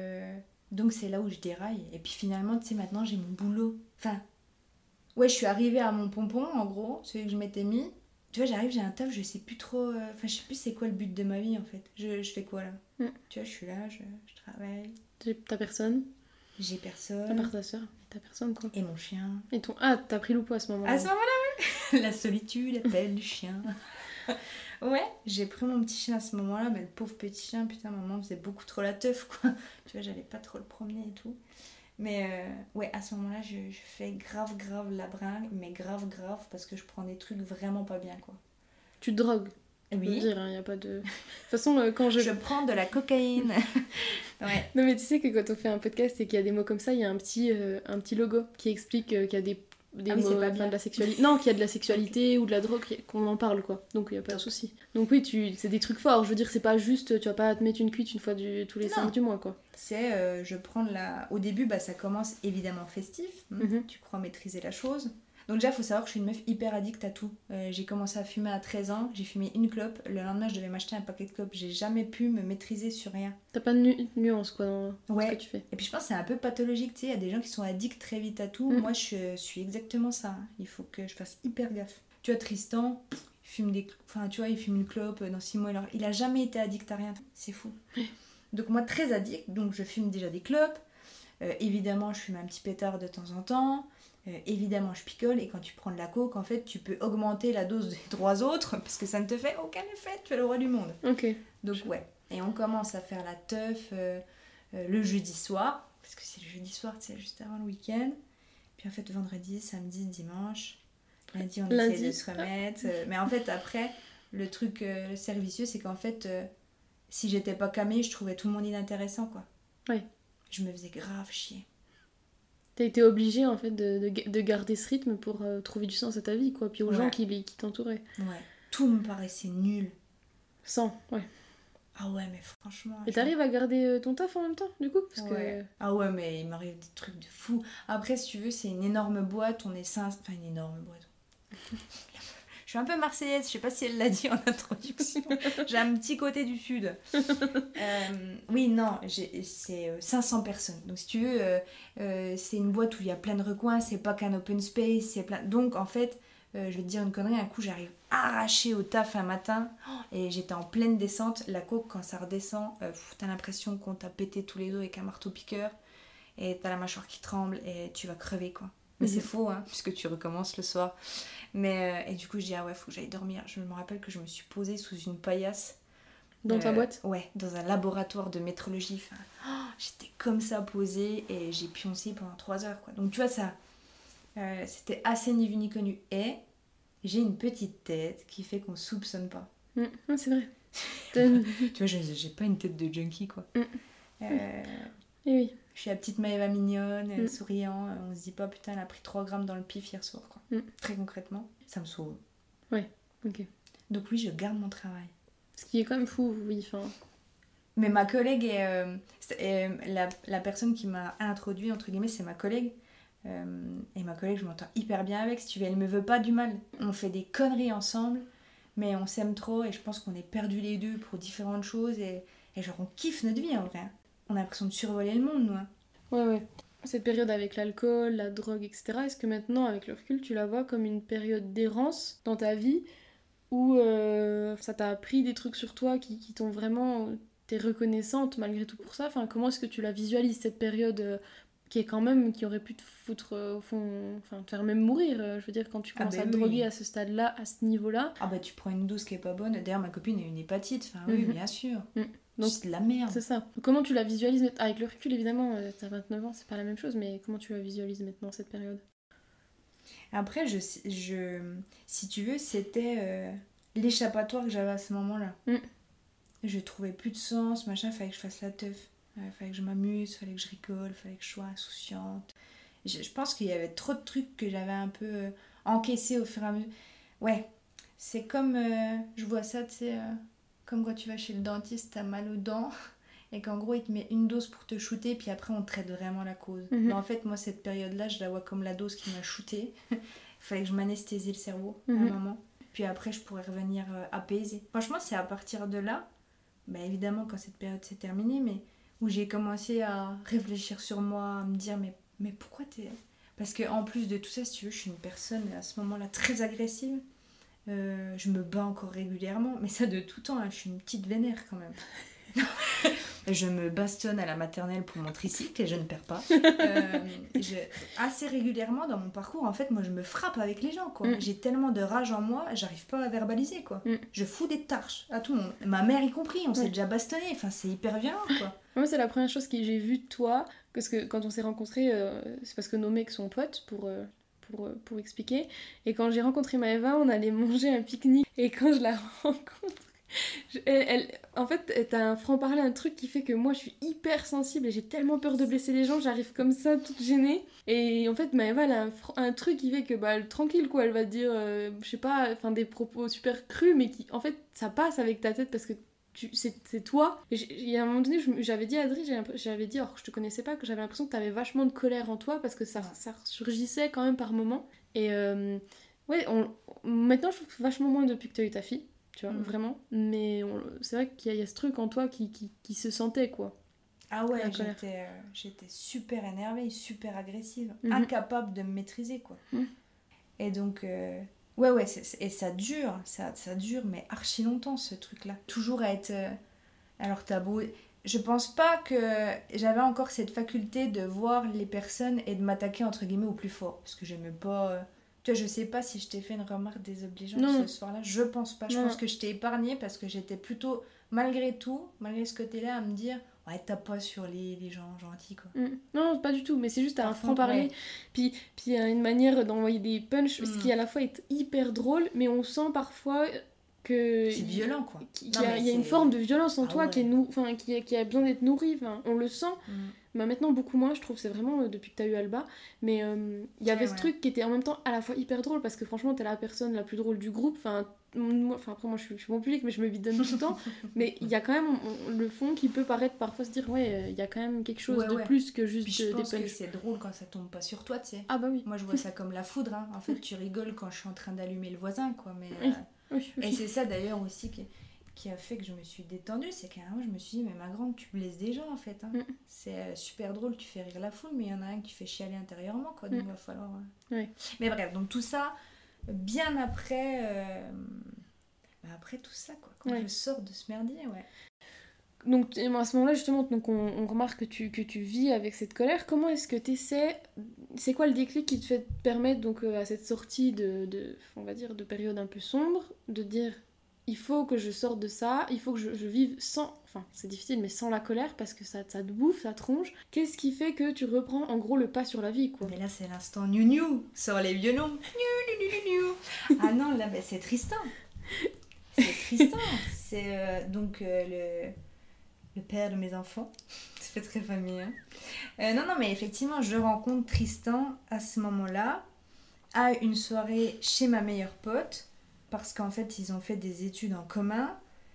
Speaker 2: c'est là où je déraille. Et puis finalement, tu sais, maintenant, j'ai mon boulot. Enfin, ouais, je suis arrivée à mon pompon, en gros, celui que je m'étais mis. Tu vois, j'arrive, j'ai un taf, je sais plus trop... Enfin, je sais plus c'est quoi le but de ma vie, en fait. Je fais quoi, là? Tu vois, je suis là, je travaille.
Speaker 1: T'as personne.
Speaker 2: J'ai
Speaker 1: À
Speaker 2: personne.
Speaker 1: part ta soeur. T'as personne quoi.
Speaker 2: Et mon chien.
Speaker 1: Et ton... Ah, t'as pris Loupo à ce moment-là.
Speaker 2: À ce moment-là, oui. La solitude appelle du chien. Ouais, j'ai pris mon petit chien à ce moment-là, mais le pauvre petit chien, putain, maman faisait beaucoup trop la teuf, quoi. Tu vois, j'allais pas trop le promener et tout. Mais ouais, à ce moment-là, je fais grave la bringue, mais grave, parce que je prends des trucs vraiment pas bien, quoi.
Speaker 1: Tu te drogues. Je peux
Speaker 2: Oui.
Speaker 1: dire, hein, y a pas de... De toute façon, quand je...
Speaker 2: Je prends de la cocaïne. Ouais.
Speaker 1: Non mais tu sais que quand on fait un podcast et qu'il y a des mots comme ça, il y a un petit logo qui explique qu'il y a des
Speaker 2: Ah oui,
Speaker 1: mots,
Speaker 2: c'est pas
Speaker 1: enfin,
Speaker 2: bien.
Speaker 1: de la sexualité. Non, qu'il y a de la sexualité ou de la drogue, qu'on en parle quoi. Donc il y a pas de
Speaker 2: Top.
Speaker 1: souci. Donc oui, c'est des trucs forts. Je veux dire, c'est pas juste, tu vas pas te mettre une cuite une fois tous les
Speaker 2: Non.
Speaker 1: 5 du mois quoi.
Speaker 2: C'est, je prends de la... Au début, bah, ça commence évidemment festif. Tu crois maîtriser la chose. Donc déjà, il faut savoir que je suis une meuf hyper addict à tout. J'ai commencé à fumer à 13 ans. J'ai fumé une clope. Le lendemain, je devais m'acheter un paquet de clopes. J'ai jamais pu me maîtriser sur rien.
Speaker 1: T'as pas de nuance quoi dans
Speaker 2: Ouais.
Speaker 1: ce que tu fais.
Speaker 2: Et puis je pense que c'est un peu pathologique. Tu sais, il y a des gens qui sont addicts très vite à tout. Moi, je suis exactement ça. Hein. Il faut que je fasse hyper gaffe. Tu vois, Tristan, il fume il fume une clope dans 6 mois. Alors, il a jamais été addict à rien. C'est fou. Donc moi, très addict. Donc je fume déjà des clopes. Évidemment, je fume un petit pétard de temps en temps. Évidemment, je picole. Et quand tu prends de la coke, en fait, tu peux augmenter la dose des 3 autres parce que ça ne te fait aucun effet. Tu es le roi du monde.
Speaker 1: Ok.
Speaker 2: Donc ouais. Et on commence à faire la teuf le jeudi soir. Parce que c'est le jeudi soir, tu sais, juste avant le week-end. Puis en fait, vendredi, samedi, dimanche. Lundi, on essaie de se remettre. Mais en fait, après, le truc servicieux, c'est qu'en fait... si j'étais pas camée, je trouvais tout le monde inintéressant, quoi.
Speaker 1: Ouais.
Speaker 2: Je me faisais grave chier.
Speaker 1: T'as été obligée en fait de garder ce rythme pour trouver du sens à ta vie quoi, puis aux gens qui t'entouraient.
Speaker 2: Ouais. Tout me paraissait nul.
Speaker 1: Ouais.
Speaker 2: Ah ouais, mais franchement...
Speaker 1: Et t'arrives à garder ton taf en même temps, du coup parce
Speaker 2: ouais.
Speaker 1: que...
Speaker 2: Ah ouais, mais il m'arrive des trucs de fou. Après, si tu veux, c'est une énorme boîte, on est 5... Enfin, une énorme boîte. Je suis un peu marseillaise, je sais pas si elle l'a dit en introduction. J'ai un petit côté du sud. Oui, non, c'est 500 personnes. Donc si tu veux, c'est une boîte où il y a plein de recoins, c'est pas qu'un open space, c'est plein... Donc en fait, je vais te dire une connerie, un coup j'arrive arrachée au taf un matin et j'étais en pleine descente. La coke, quand ça redescend, t'as l'impression qu'on t'a pété tous les dos avec un marteau-piqueur et t'as la mâchoire qui tremble et tu vas crever, quoi. Mais c'est faux, hein, puisque tu recommences le soir. Mais, et du coup, je dis, ah ouais, faut que j'aille dormir. Je me rappelle que je me suis posée sous une paillasse.
Speaker 1: Dans ta boîte ?
Speaker 2: Ouais, dans un laboratoire de métrologie. Enfin, j'étais comme ça posée et j'ai pioncé pendant 3 heures, quoi. Donc tu vois, ça C'était assez ni vu ni connu. Et j'ai une petite tête qui fait qu'on soupçonne pas.
Speaker 1: Ah, c'est vrai.
Speaker 2: Tu vois, j'ai pas une tête de junkie, quoi.
Speaker 1: Et oui.
Speaker 2: Je suis la petite Maëva mignonne, souriant. On se dit pas, putain, elle a pris 3 grammes dans le pif hier soir, quoi. Très concrètement, ça me saoule.
Speaker 1: Ouais, ok.
Speaker 2: Donc oui, je garde mon travail.
Speaker 1: Ce qui est quand même fou, oui. Enfin...
Speaker 2: Mais ma collègue est la personne qui m'a introduit, entre guillemets, c'est ma collègue. Et ma collègue, je m'entends hyper bien avec, si tu veux, elle me veut pas du mal. On fait des conneries ensemble, mais on s'aime trop et je pense qu'on est perdus les deux pour différentes choses et genre on kiffe notre vie en vrai. On a l'impression de survoler le monde, nous. Hein.
Speaker 1: Ouais. Cette période avec l'alcool, la drogue, etc., est-ce que maintenant, avec le recul, tu la vois comme une période d'errance dans ta vie où ça t'a appris des trucs sur toi qui t'ont vraiment... T'es reconnaissante malgré tout pour ça. Enfin, comment est-ce que tu la visualises, cette période qui est quand même... qui aurait pu te foutre au fond... Enfin, te faire même mourir. Je veux dire, quand tu commences à te droguer à ce stade-là, à ce niveau-là...
Speaker 2: Ah bah tu prends une dose qui est pas bonne. D'ailleurs, ma copine a une hépatite. Enfin, oui, bien sûr. Donc, c'est de la merde.
Speaker 1: C'est ça. Comment tu la visualises avec le recul, évidemment, t'as 29 ans, c'est pas la même chose, mais comment tu la visualises maintenant, cette période?
Speaker 2: Après, si tu veux, c'était l'échappatoire que j'avais à ce moment-là. Je trouvais plus de sens, machin, fallait que je fasse la teuf. Fallait que je m'amuse, fallait que je rigole, fallait que je sois insouciante. Je pense qu'il y avait trop de trucs que j'avais un peu encaissés au fur et à mesure. Ouais, c'est comme, je vois ça, tu sais... Comme quand tu vas chez le dentiste, t'as mal aux dents et qu'en gros il te met une dose pour te shooter puis après on traite vraiment la cause. Mais en fait moi cette période-là je la vois comme la dose qui m'a shooté. Il fallait que je m'anesthésie le cerveau à un moment. Puis après je pourrais revenir apaiser. Franchement c'est à partir de là, bah évidemment quand cette période s'est terminée, mais où j'ai commencé à réfléchir sur moi, à me dire mais pourquoi t'es... Parce qu'en plus de tout ça, si tu veux, je suis une personne à ce moment-là très agressive. Je me bats encore régulièrement, mais ça de tout temps, hein, je suis une petite vénère quand même. Je me bastonne à la maternelle pour mon tricycle et je ne perds pas. Assez régulièrement dans mon parcours, en fait, moi je me frappe avec les gens, quoi. J'ai tellement de rage en moi, j'arrive pas à verbaliser, quoi. Je fous des tarches à tout le monde. Ma mère y compris, on s'est déjà bastonné, enfin c'est hyper violent, quoi.
Speaker 1: Moi c'est la première chose que j'ai vue de toi, parce que quand on s'est rencontrés, c'est parce que nos mecs sont potes pour expliquer. Et quand j'ai rencontré Maëva, on allait manger un pique-nique. Et quand je la rencontre, en fait, t'as un franc-parler, un truc qui fait que moi, je suis hyper sensible et j'ai tellement peur de blesser les gens, j'arrive comme ça, toute gênée. Et en fait, Maëva, elle a un truc qui fait que, bah, elle, tranquille, quoi, elle va dire, je sais pas, enfin, des propos super crus, mais qui, en fait, ça passe avec ta tête parce que c'est toi. Il y a un moment donné, j'avais dit à Adri, j'avais dit, alors que je te connaissais pas, que j'avais l'impression que t'avais vachement de colère en toi parce que ça surgissait quand même par moments. Et ouais, maintenant je trouve vachement moins depuis que t'as eu ta fille, tu vois, vraiment. Mais c'est vrai qu'il y a ce truc en toi qui se sentait, quoi.
Speaker 2: Ah ouais, j'étais super énervée, super agressive, incapable de me maîtriser, quoi. Et donc... Ouais, et ça dure, ça dure, mais archi longtemps ce truc-là. Toujours à être. Alors, t'as beau. Je pense pas que j'avais encore cette faculté de voir les personnes et de m'attaquer entre guillemets au plus fort. Parce que j'aimais pas. Tu vois, je sais pas si je t'ai fait une remarque désobligeante ce soir-là. Je pense pas. Je pense que je t'ai épargnée parce que j'étais plutôt, malgré tout, malgré ce côté-là, à me dire. Ouais, tape pas sur les gens gentils, quoi.
Speaker 1: Non, pas du tout, mais c'est juste un franc-parler. Puis il y a une manière d'envoyer des punchs, ce qui à la fois est hyper drôle, mais on sent parfois que...
Speaker 2: C'est violent, quoi.
Speaker 1: Il y a une forme de violence en toi qui a besoin d'être nourrie, on le sent. Mais maintenant, beaucoup moins, je trouve, c'est vraiment depuis que t'as eu Alba. Mais il y avait ce truc qui était en même temps à la fois hyper drôle, parce que franchement, t'es la personne la plus drôle du groupe. Après, moi, je suis bon public, mais je me bidonne tout le temps. Mais il y a quand même le fond qui peut paraître parfois se dire, ouais, il y a quand même quelque chose de plus que juste
Speaker 2: des punchs. Je pense que c'est drôle quand ça tombe pas sur toi, tu sais.
Speaker 1: Ah bah oui.
Speaker 2: Moi, je vois ça comme la foudre, hein. En fait, tu rigoles quand je suis en train d'allumer le voisin, quoi. Mais,
Speaker 1: oui.
Speaker 2: Et c'est ça, d'ailleurs, aussi qui a fait que je me suis détendue, c'est qu'à un moment je me suis dit, mais ma grande, tu blesses des gens en fait, hein. C'est super drôle, tu fais rire la foule, mais il y en a un que tu fais chialer intérieurement, quoi, donc il va falloir... Mais bref, donc tout ça, bien après tout ça, quoi, quand je sors de ce merdier,
Speaker 1: Donc à ce moment-là, justement, donc on remarque que tu vis avec cette colère. Comment est-ce que tu essaies... C'est quoi le déclic qui te fait permettre, donc, à cette sortie on va dire, de période un peu sombre, de dire... il faut que je sorte de ça, il faut que je vive sans, enfin c'est difficile, mais sans la colère parce que ça te bouffe, ça te ronge. Qu'est-ce qui fait que tu reprends en gros le pas sur la vie, quoi?
Speaker 2: Mais là, c'est l'instant new sur les violons. Ah non, là, c'est Tristan. C'est Tristan. C'est donc le père de mes enfants. Ça fait très famille. Hein. Non, mais effectivement, je rencontre Tristan à ce moment-là, à une soirée chez ma meilleure pote, parce qu'en fait, ils ont fait des études en commun.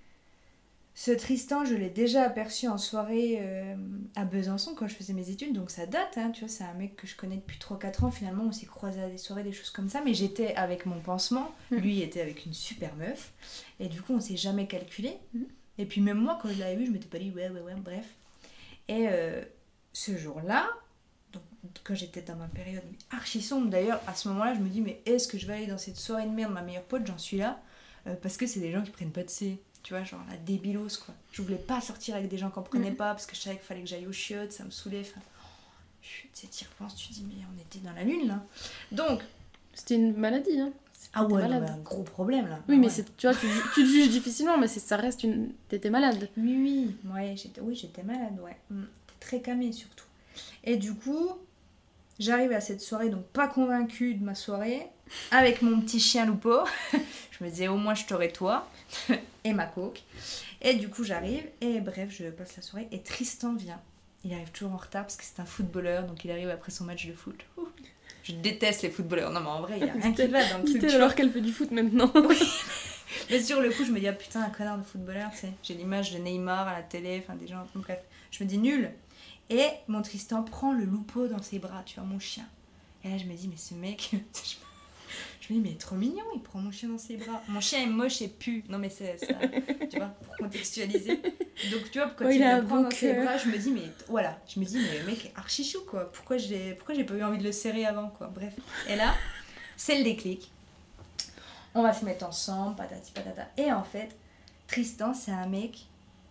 Speaker 2: Ce Tristan, je l'ai déjà aperçu en soirée à Besançon quand je faisais mes études, donc ça date, hein, tu vois, c'est un mec que je connais depuis 3-4 ans, finalement on s'est croisés à des soirées, des choses comme ça, mais j'étais avec mon pansement, lui était avec une super meuf, et du coup on s'est jamais calculé, et puis même moi quand je l'avais vu, je m'étais pas dit ouais, bref. Et ce jour-là, donc, quand j'étais dans ma période archi sombre, d'ailleurs à ce moment-là je me dis mais est-ce que je vais aller dans cette soirée de merde, ma meilleure pote, j'en suis là, parce que c'est des gens qui prennent pas de C. Tu vois, genre la débilos, quoi. Je voulais pas sortir avec des gens qu'on prenait pas parce que je savais qu'il fallait que j'aille aux chiottes, ça me saoulait. Enfin, tu sais, t'y repenses, tu te dis, mais on était dans la lune, là. Donc.
Speaker 1: C'était une maladie, hein.
Speaker 2: Ah ouais, non, un gros problème, là.
Speaker 1: Oui,
Speaker 2: ah,
Speaker 1: mais
Speaker 2: ouais.
Speaker 1: tu vois, tu te juges difficilement, mais ça reste une. T'étais malade.
Speaker 2: Oui, ouais, j'étais malade, ouais. Très camée, surtout. Et du coup, j'arrive à cette soirée, donc pas convaincue de ma soirée, avec mon petit chien loupo. Je me disais, au moins, je t'aurai toi. Et ma coke. Et du coup j'arrive et bref je passe la soirée et Tristan vient. Il arrive toujours en retard parce que c'est un footballeur, donc il arrive après son match de foot. Je déteste les footballeurs. Non mais en vrai il y a rien qui va dans le truc.
Speaker 1: Alors qu'elle fait du foot maintenant.
Speaker 2: Oui. Mais sur le coup je me dis ah putain un connard de footballeur, tu sais. J'ai l'image de Neymar à la télé, enfin des gens. Donc, bref, je me dis nul. Et mon Tristan prend le loupo dans ses bras, tu vois, mon chien. Et là je me dis mais ce mec. Je me dis, mais il est trop mignon, il prend mon chien dans ses bras. Mon chien est moche et pue. Non, mais c'est ça, tu vois, pour contextualiser. Donc, tu vois, quand il me prend dans ses bras, je me dis, mais voilà, je me dis, mais le mec est archi chou, quoi. Pourquoi j'ai pas eu envie de le serrer avant, quoi. Bref. Et là, c'est le déclic. On va se mettre ensemble, patati patata. Et en fait, Tristan, c'est un mec.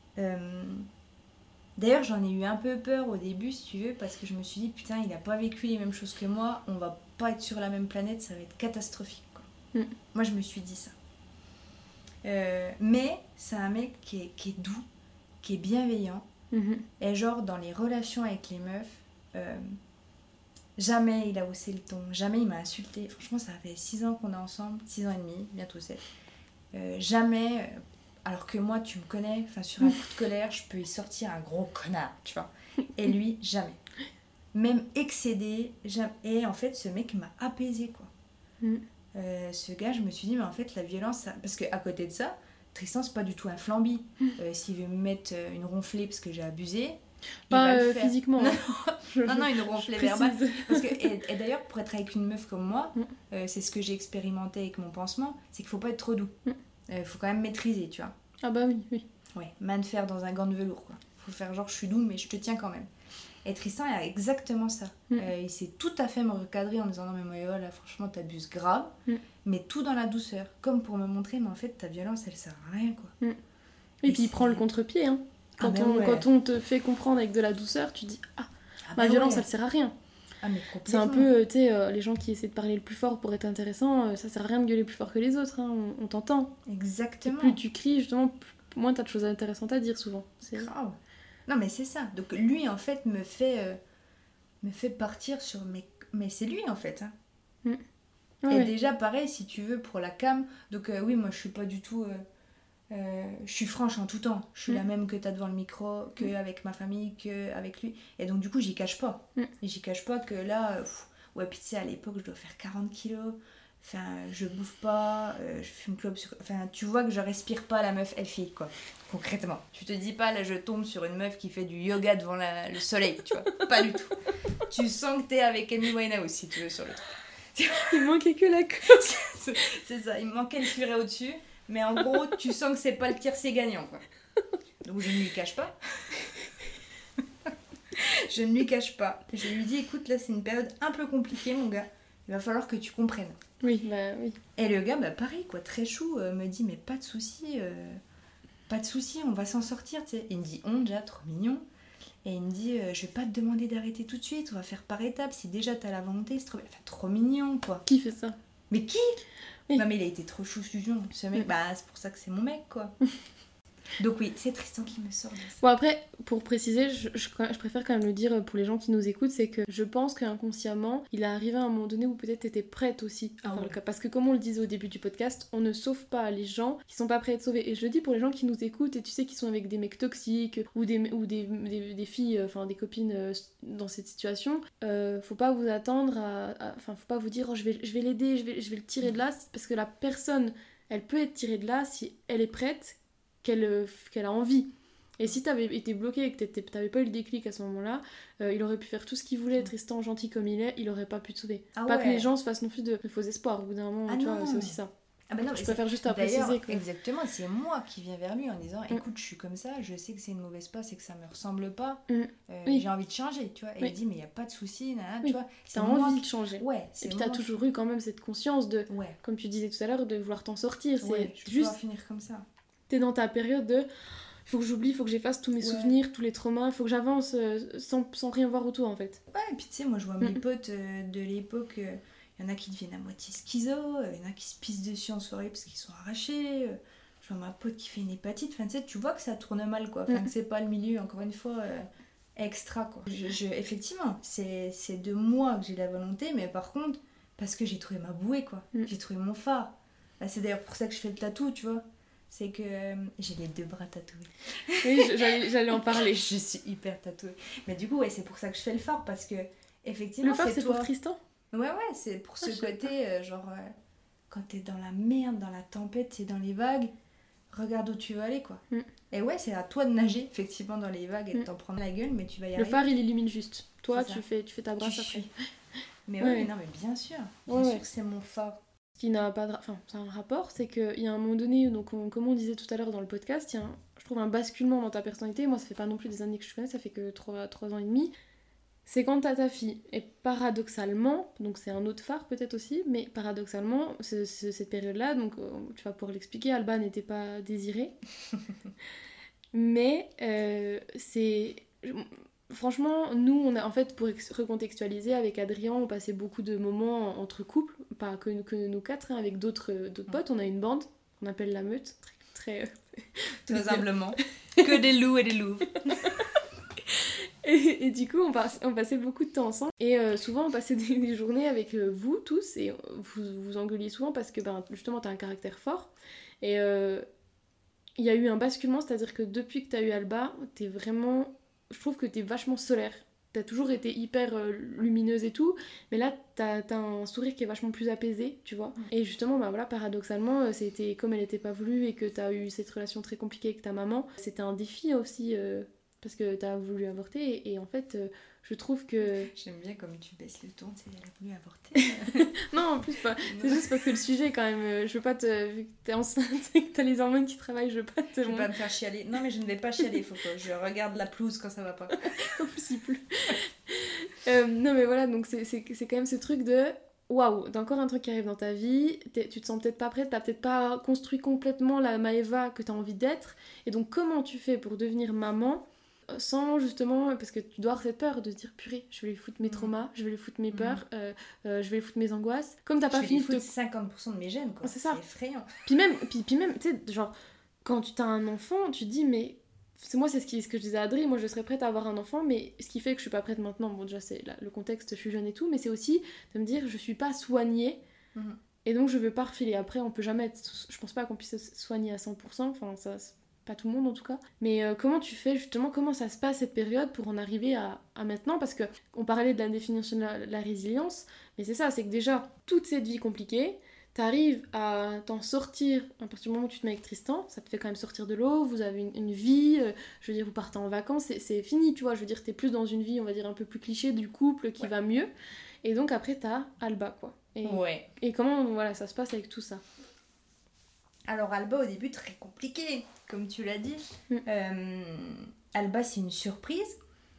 Speaker 2: D'ailleurs, j'en ai eu un peu peur au début, si tu veux, parce que je me suis dit, putain, il a pas vécu les mêmes choses que moi, on va pas être sur la même planète, ça va être catastrophique, quoi. Moi, je me suis dit ça. Mais c'est un mec qui est doux, qui est bienveillant, et genre, dans les relations avec les meufs, jamais il a haussé le ton, jamais il m'a insulté. Franchement, ça fait 6 ans qu'on est ensemble, 6 ans et demi, bientôt 7. Jamais... Alors que moi, tu me connais, enfin sur un coup de colère, je peux y sortir un gros connard, tu vois. Et lui, jamais. Même excédé, jamais. Et en fait, ce mec m'a apaisé, quoi. Ce gars, je me suis dit, mais en fait, la violence, ça... parce qu'à côté de ça, Tristan, c'est pas du tout un flambi. S'il veut me mettre une ronflée parce que j'ai abusé,
Speaker 1: pas physiquement.
Speaker 2: Non, une ronflée verbale. Parce que, et d'ailleurs, pour être avec une meuf comme moi, c'est ce que j'ai expérimenté avec mon pansement, c'est qu'il faut pas être trop doux. Faut quand même maîtriser, tu vois.
Speaker 1: Ah bah oui.
Speaker 2: Ouais, main de fer dans un gant de velours, quoi. Faut faire genre je suis doux, mais je te tiens quand même. Et Tristan, il a exactement ça. Il s'est tout à fait me recadrer en me disant non mais moi, là, franchement, t'abuses grave, mais tout dans la douceur. Comme pour me montrer, mais en fait, ta violence, elle sert à rien, quoi.
Speaker 1: Et puis il prend le contre-pied, hein. Quand on te fait comprendre avec de la douceur, tu dis ma violence, elle sert à rien. C'est un peu, tu sais, les gens qui essaient de parler le plus fort pour être intéressant, ça sert à rien de gueuler plus fort que les autres, hein, on t'entend.
Speaker 2: Exactement.
Speaker 1: Et plus tu cries, justement, moins t'as de choses intéressantes à dire, souvent.
Speaker 2: C'est grave. Non, mais c'est ça. Donc lui, en fait, me fait partir sur... Mais c'est lui, en fait. Hein. Et déjà, pareil, si tu veux, pour la cam, donc oui, moi, je suis pas du tout... je suis franche en tout temps. Je suis la même que t'as devant le micro, qu'avec ma famille, qu'avec lui. Et donc, du coup, j'y cache pas. Et j'y cache pas que là... ouais, puis tu sais, à l'époque, je dois faire 40 kilos. Enfin, je bouffe pas, je fume clope sur... Enfin, tu vois que je respire pas la meuf elle-fille, quoi. Concrètement. Tu te dis pas, là, je tombe sur une meuf qui fait du yoga devant le soleil, tu vois. Pas du tout. Tu sens que t'es avec Amy Winehouse, si tu veux, sur le truc.
Speaker 1: Il manquait que la course.
Speaker 2: C'est ça, il me manquait le furet au-dessus. Mais en gros, tu sens que c'est pas le tiercé gagnant, quoi. Donc, je ne lui cache pas. Je ne lui cache pas. Je lui dis, écoute, là, c'est une période un peu compliquée, mon gars. Il va falloir que tu comprennes.
Speaker 1: Oui.
Speaker 2: Et le gars, pareil, quoi, très chou, me dit, mais pas de soucis, on va s'en sortir, tu sais. Il me dit, déjà, trop mignon. Et il me dit, je vais pas te demander d'arrêter tout de suite, on va faire par étapes. Si déjà t'as la volonté, c'est trop mignon, quoi.
Speaker 1: Qui fait ça?
Speaker 2: Mais qui?
Speaker 1: Oui.
Speaker 2: Non mais il a été trop chou ce mec, bah c'est pour ça que c'est mon mec quoi. Donc oui, c'est Tristan qui me sort de ça.
Speaker 1: Bon après, pour préciser, je préfère quand même le dire pour les gens qui nous écoutent, c'est que je pense qu'inconsciemment, il est arrivé à un moment donné où peut-être t'étais prête aussi à faire le cas. Parce que comme on le disait au début du podcast, on ne sauve pas les gens qui sont pas prêts à être sauvés. Et je le dis pour les gens qui nous écoutent et tu sais qui sont avec des mecs toxiques ou des filles, enfin des copines dans cette situation, faut pas vous attendre enfin faut pas vous dire oh, je vais l'aider, je vais le tirer de là, parce que la personne, elle peut être tirée de là si elle est prête, qu'elle a envie. Et si t'avais été bloqué et que t'avais pas eu le déclic à ce moment-là, il aurait pu faire tout ce qu'il voulait, Tristan gentil comme il est, il aurait pas pu te sauver. Pas que les gens se fassent non plus de faux espoirs, au bout d'un moment, tu vois, c'est aussi ça.
Speaker 2: Ah bah non,
Speaker 1: je préfère juste à préciser.
Speaker 2: Exactement, c'est moi qui viens vers lui en disant écoute, je suis comme ça, je sais que c'est une mauvaise passe et que ça me ressemble pas, j'ai envie de changer, tu vois. Et il dit mais il y a pas de souci, tu vois.
Speaker 1: T'as envie de changer.
Speaker 2: Ouais,
Speaker 1: et puis t'as toujours eu quand même cette conscience de, comme tu disais tout à l'heure, de vouloir t'en sortir. C'est juste
Speaker 2: finir comme ça.
Speaker 1: T'es dans ta période de il faut que j'oublie, il faut que j'efface tous mes souvenirs, tous les traumas, il faut que j'avance sans rien voir autour en fait.
Speaker 2: Ouais, et puis tu sais, moi je vois mes potes de l'époque, il y en a qui deviennent à moitié schizo, il y en a qui se pissent dessus en soirée parce qu'ils sont arrachés. Je vois ma pote qui fait une hépatite, enfin tu sais, tu vois que ça tourne mal quoi, enfin que c'est pas le milieu, encore une fois, extra quoi. Effectivement, c'est de moi que j'ai la volonté, mais par contre, parce que j'ai trouvé ma bouée quoi, j'ai trouvé mon phare. Bah, c'est d'ailleurs pour ça que je fais le tatou, tu vois. C'est que j'ai les 2 bras tatoués.
Speaker 1: Oui, j'allais en parler.
Speaker 2: Je suis hyper tatouée. Mais du coup, ouais, c'est pour ça que je fais le phare, parce que, effectivement,
Speaker 1: le phare, c'est toi. Pour Tristan.
Speaker 2: Ouais, c'est pour ce côté, quand t'es dans la merde, dans la tempête, c'est dans les vagues, regarde où tu veux aller, quoi. Et ouais, c'est à toi de nager, effectivement, dans les vagues et de t'en prendre la gueule, mais tu vas y arriver.
Speaker 1: Le phare, il illumine juste. Toi, tu fais ta brasse après.
Speaker 2: Mais ouais, non, mais bien sûr. Bien sûr que c'est mon phare.
Speaker 1: Qui n'a pas c'est un rapport, c'est qu'il y a un moment donné, donc comme on disait tout à l'heure dans le podcast, il y a je trouve un basculement dans ta personnalité. Moi ça fait pas non plus des années que je te connais, ça fait que 3 ans et demi. C'est quand t'as ta fille. Et paradoxalement, donc c'est un autre phare peut-être aussi, mais paradoxalement, cette période-là, donc tu vas pouvoir l'expliquer, Alba n'était pas désirée. Mais c'est... Franchement, nous, on a en fait, pour recontextualiser, avec Adrien, on passait beaucoup de moments entre couples, pas que nous 4, avec d'autres potes. On a une bande qu'on appelle la meute, très
Speaker 2: humblement. Que des loups et des loups.
Speaker 1: et du coup, on passait beaucoup de temps ensemble. Et souvent, on passait des journées avec vous tous, et vous engueuliez souvent parce que justement, t'as un caractère fort. Et il y a eu un basculement, c'est-à-dire que depuis que t'as eu Alba, t'es vraiment... Je trouve que t'es vachement solaire. T'as toujours été hyper lumineuse et tout, mais là t'as un sourire qui est vachement plus apaisé, tu vois. Et justement, voilà, paradoxalement, c'était comme elle était pas voulue et que t'as eu cette relation très compliquée avec ta maman, c'était un défi aussi parce que t'as voulu avorter et en fait, je trouve que...
Speaker 2: J'aime bien comme tu baisses le ton, tu sais, elle a voulu avorter.
Speaker 1: Non, en plus pas. C'est juste parce que le sujet quand même, je veux pas vu que t'es enceinte et que t'as les hormones qui travaillent, je veux pas te...
Speaker 2: Je vais pas me faire chialer. Non mais je ne vais pas chialer, faut que je regarde la pelouse quand ça va pas.
Speaker 1: Non plus, il pleut. Non mais voilà, donc c'est quand même ce truc de... Waouh, t'as encore un truc qui arrive dans ta vie, tu te sens peut-être pas prête, t'as peut-être pas construit complètement la Maëva que t'as envie d'être, et donc comment tu fais pour devenir maman sans justement, parce que tu dois avoir cette peur de se dire purée, je vais lui foutre mes traumas, je vais lui foutre mes peurs, je vais lui foutre mes angoisses, comme t'as pas fini de
Speaker 2: 50% de mes gènes quoi, c'est effrayant.
Speaker 1: Puis même, tu sais, genre quand tu as un enfant, tu te dis mais moi c'est ce que je disais à Adri, moi je serais prête à avoir un enfant, mais ce qui fait que je suis pas prête maintenant, bon déjà c'est le contexte, je suis jeune et tout, mais c'est aussi de me dire je suis pas soignée et donc je veux pas refiler. Après on peut jamais je pense pas qu'on puisse se soigner à 100%, enfin ça pas tout le monde en tout cas, mais comment tu fais justement, comment ça se passe cette période pour en arriver à maintenant, parce que on parlait de la définition de la résilience, mais c'est ça, c'est que déjà toute cette vie compliquée, t'arrives à t'en sortir à partir du moment où tu te mets avec Tristan, ça te fait quand même sortir de l'eau, vous avez une vie, je veux dire vous partez en vacances, c'est fini, tu vois, je veux dire t'es plus dans une vie on va dire un peu plus cliché du couple qui va mieux, et donc après t'as Alba quoi. Et comment voilà ça se passe avec tout ça?
Speaker 2: Alors Alba au début très compliqué, comme tu l'as dit. Alba c'est une surprise.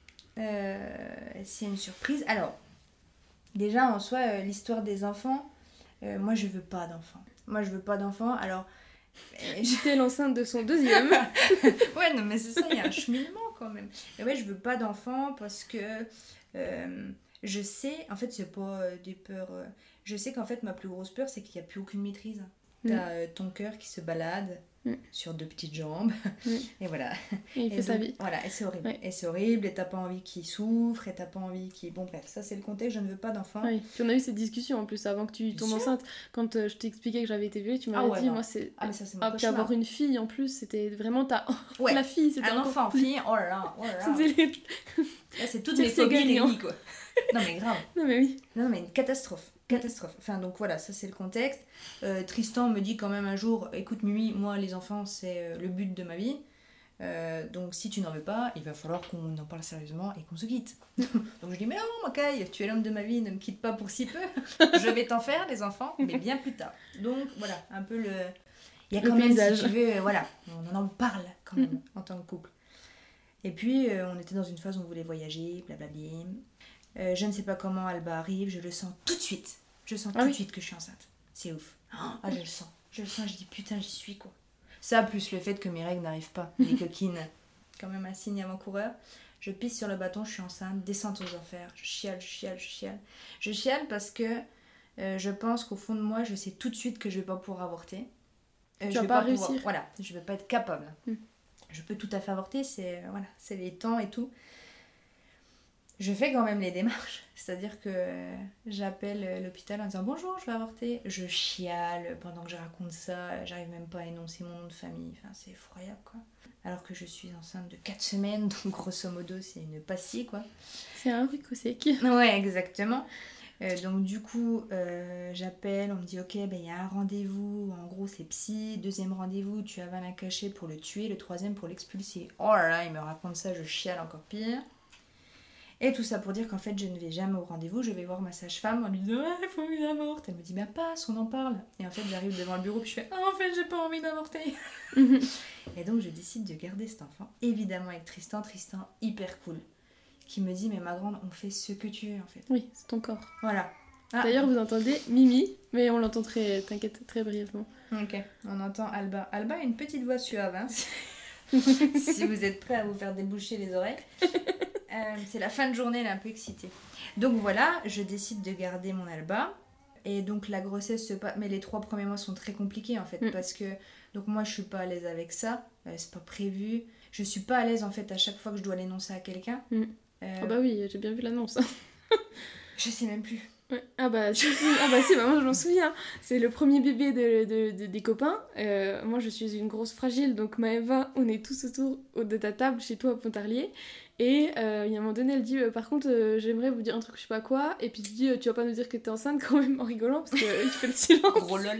Speaker 2: Alors déjà en soi l'histoire des enfants, moi je veux pas d'enfants. Alors
Speaker 1: j'étais l'enceinte de son deuxième.
Speaker 2: Ouais non mais c'est ça, il y a un cheminement quand même. Et ouais je veux pas d'enfants parce que je sais, en fait c'est pas des peurs, je sais qu'en fait, ma plus grosse peur, c'est qu'il n'y a plus aucune maîtrise. T'as ton cœur qui se balade sur 2 petites jambes. Et voilà.
Speaker 1: Et il fait sa vie.
Speaker 2: Voilà, et c'est horrible. Et c'est horrible, et t'as pas envie qu'il souffre, et t'as pas envie qu'il... Bon, bref, ça c'est le contexte, je ne veux pas d'enfant.
Speaker 1: Oui, puis on a eu cette discussion en plus avant que tu tombes enceinte. Quand je t'expliquais que j'avais été violée, tu m'avais dit,
Speaker 2: non.
Speaker 1: moi c'est...
Speaker 2: Ah, mais ça c'est mon
Speaker 1: puis
Speaker 2: cauchemar.
Speaker 1: avoir une fille en plus, c'était vraiment la fille. C'était
Speaker 2: un enfant, fille, oh là là, oh là là. Là, c'est toutes mes phobies réunies, quoi. Non mais grave.
Speaker 1: Non mais oui.
Speaker 2: Non mais une catastrophe. Enfin donc voilà, ça c'est le contexte. Tristan me dit quand même un jour, écoute Mimi, moi les enfants c'est le but de ma vie. Donc si tu n'en veux pas, il va falloir qu'on en parle sérieusement et qu'on se quitte. Donc je dis mais non Macaille, tu es l'homme de ma vie, ne me quitte pas pour si peu. Je vais t'en faire des enfants, mais bien plus tard. Donc voilà, un peu le... Il y a quand même, si tu veux, voilà, on en parle quand même en tant que couple. Et puis on était dans une phase où on voulait voyager, blablabla. Je ne sais pas comment Alba arrive, je le sens tout de suite. Je sens tout de suite que je suis enceinte. C'est ouf. Ah, je le sens, je dis putain, j'y suis quoi. Ça, plus le fait que mes règles n'arrivent pas, les coquines, quand même un signe avant-coureur. Je pisse sur le bâton, je suis enceinte, descente aux enfers, je chiale. Je chiale parce que je pense qu'au fond de moi, je sais tout de suite que je vais pas pouvoir avorter.
Speaker 1: Tu vas pas réussir.
Speaker 2: Voilà, je vais pas être capable. Je peux tout à fait avorter, c'est les temps et tout. Je fais quand même les démarches, c'est-à-dire que j'appelle l'hôpital en disant bonjour, je vais avorter. Je chiale pendant que je raconte ça, j'arrive même pas à énoncer mon nom de famille, enfin c'est effroyable quoi. Alors que je suis enceinte de 4 semaines, donc grosso modo c'est une pastille quoi.
Speaker 1: C'est un haricot sec.
Speaker 2: Ouais, exactement. Donc du coup, j'appelle, on me dit ok, il y a un rendez-vous, en gros c'est psy, 2e rendez-vous, tu avales un cachet pour le tuer, le 3e pour l'expulser. Oh là là, il me raconte ça, je chiale encore pire. Et tout ça pour dire qu'en fait, je ne vais jamais au rendez-vous. Je vais voir ma sage-femme en lui disant il faut une avorte. Elle me dit mais passe, on en parle. Et en fait, j'arrive devant le bureau puis je fais en fait, j'ai pas envie d'avorter. Et donc, je décide de garder cet enfant. Évidemment, avec Tristan hyper cool. Qui me dit mais ma grande, on fait ce que tu veux en fait.
Speaker 1: Oui, c'est ton corps.
Speaker 2: Voilà.
Speaker 1: D'ailleurs, vous entendez Mimi, mais on l'entend t'inquiète, très brièvement.
Speaker 2: Ok, on entend Alba. Alba a une petite voix suave, hein. Si vous êtes prêts à vous faire déboucher les oreilles. C'est la fin de journée, elle est un peu excitée. Donc voilà, je décide de garder mon Alba. Et donc la grossesse se passe... Mais les 3 premiers mois sont très compliqués en fait. Parce que donc moi je suis pas à l'aise avec ça. C'est pas prévu. Je suis pas à l'aise en fait à chaque fois que je dois l'énoncer à quelqu'un.
Speaker 1: Ah bah oui, j'ai bien vu l'annonce.
Speaker 2: Je sais même plus.
Speaker 1: Ouais. Ah bah si, moi je m'en souviens. C'est le premier bébé des copains. Moi je suis une grosse fragile, donc Maëva, on est tous autour de ta table chez toi à Pontarlier. Et il y a un moment donné, elle dit par contre, j'aimerais vous dire un truc, je sais pas quoi. Et puis tu dis, tu vas pas nous dire que t'es enceinte quand même en rigolant, parce qu'il fait le silence.
Speaker 2: Gros lol.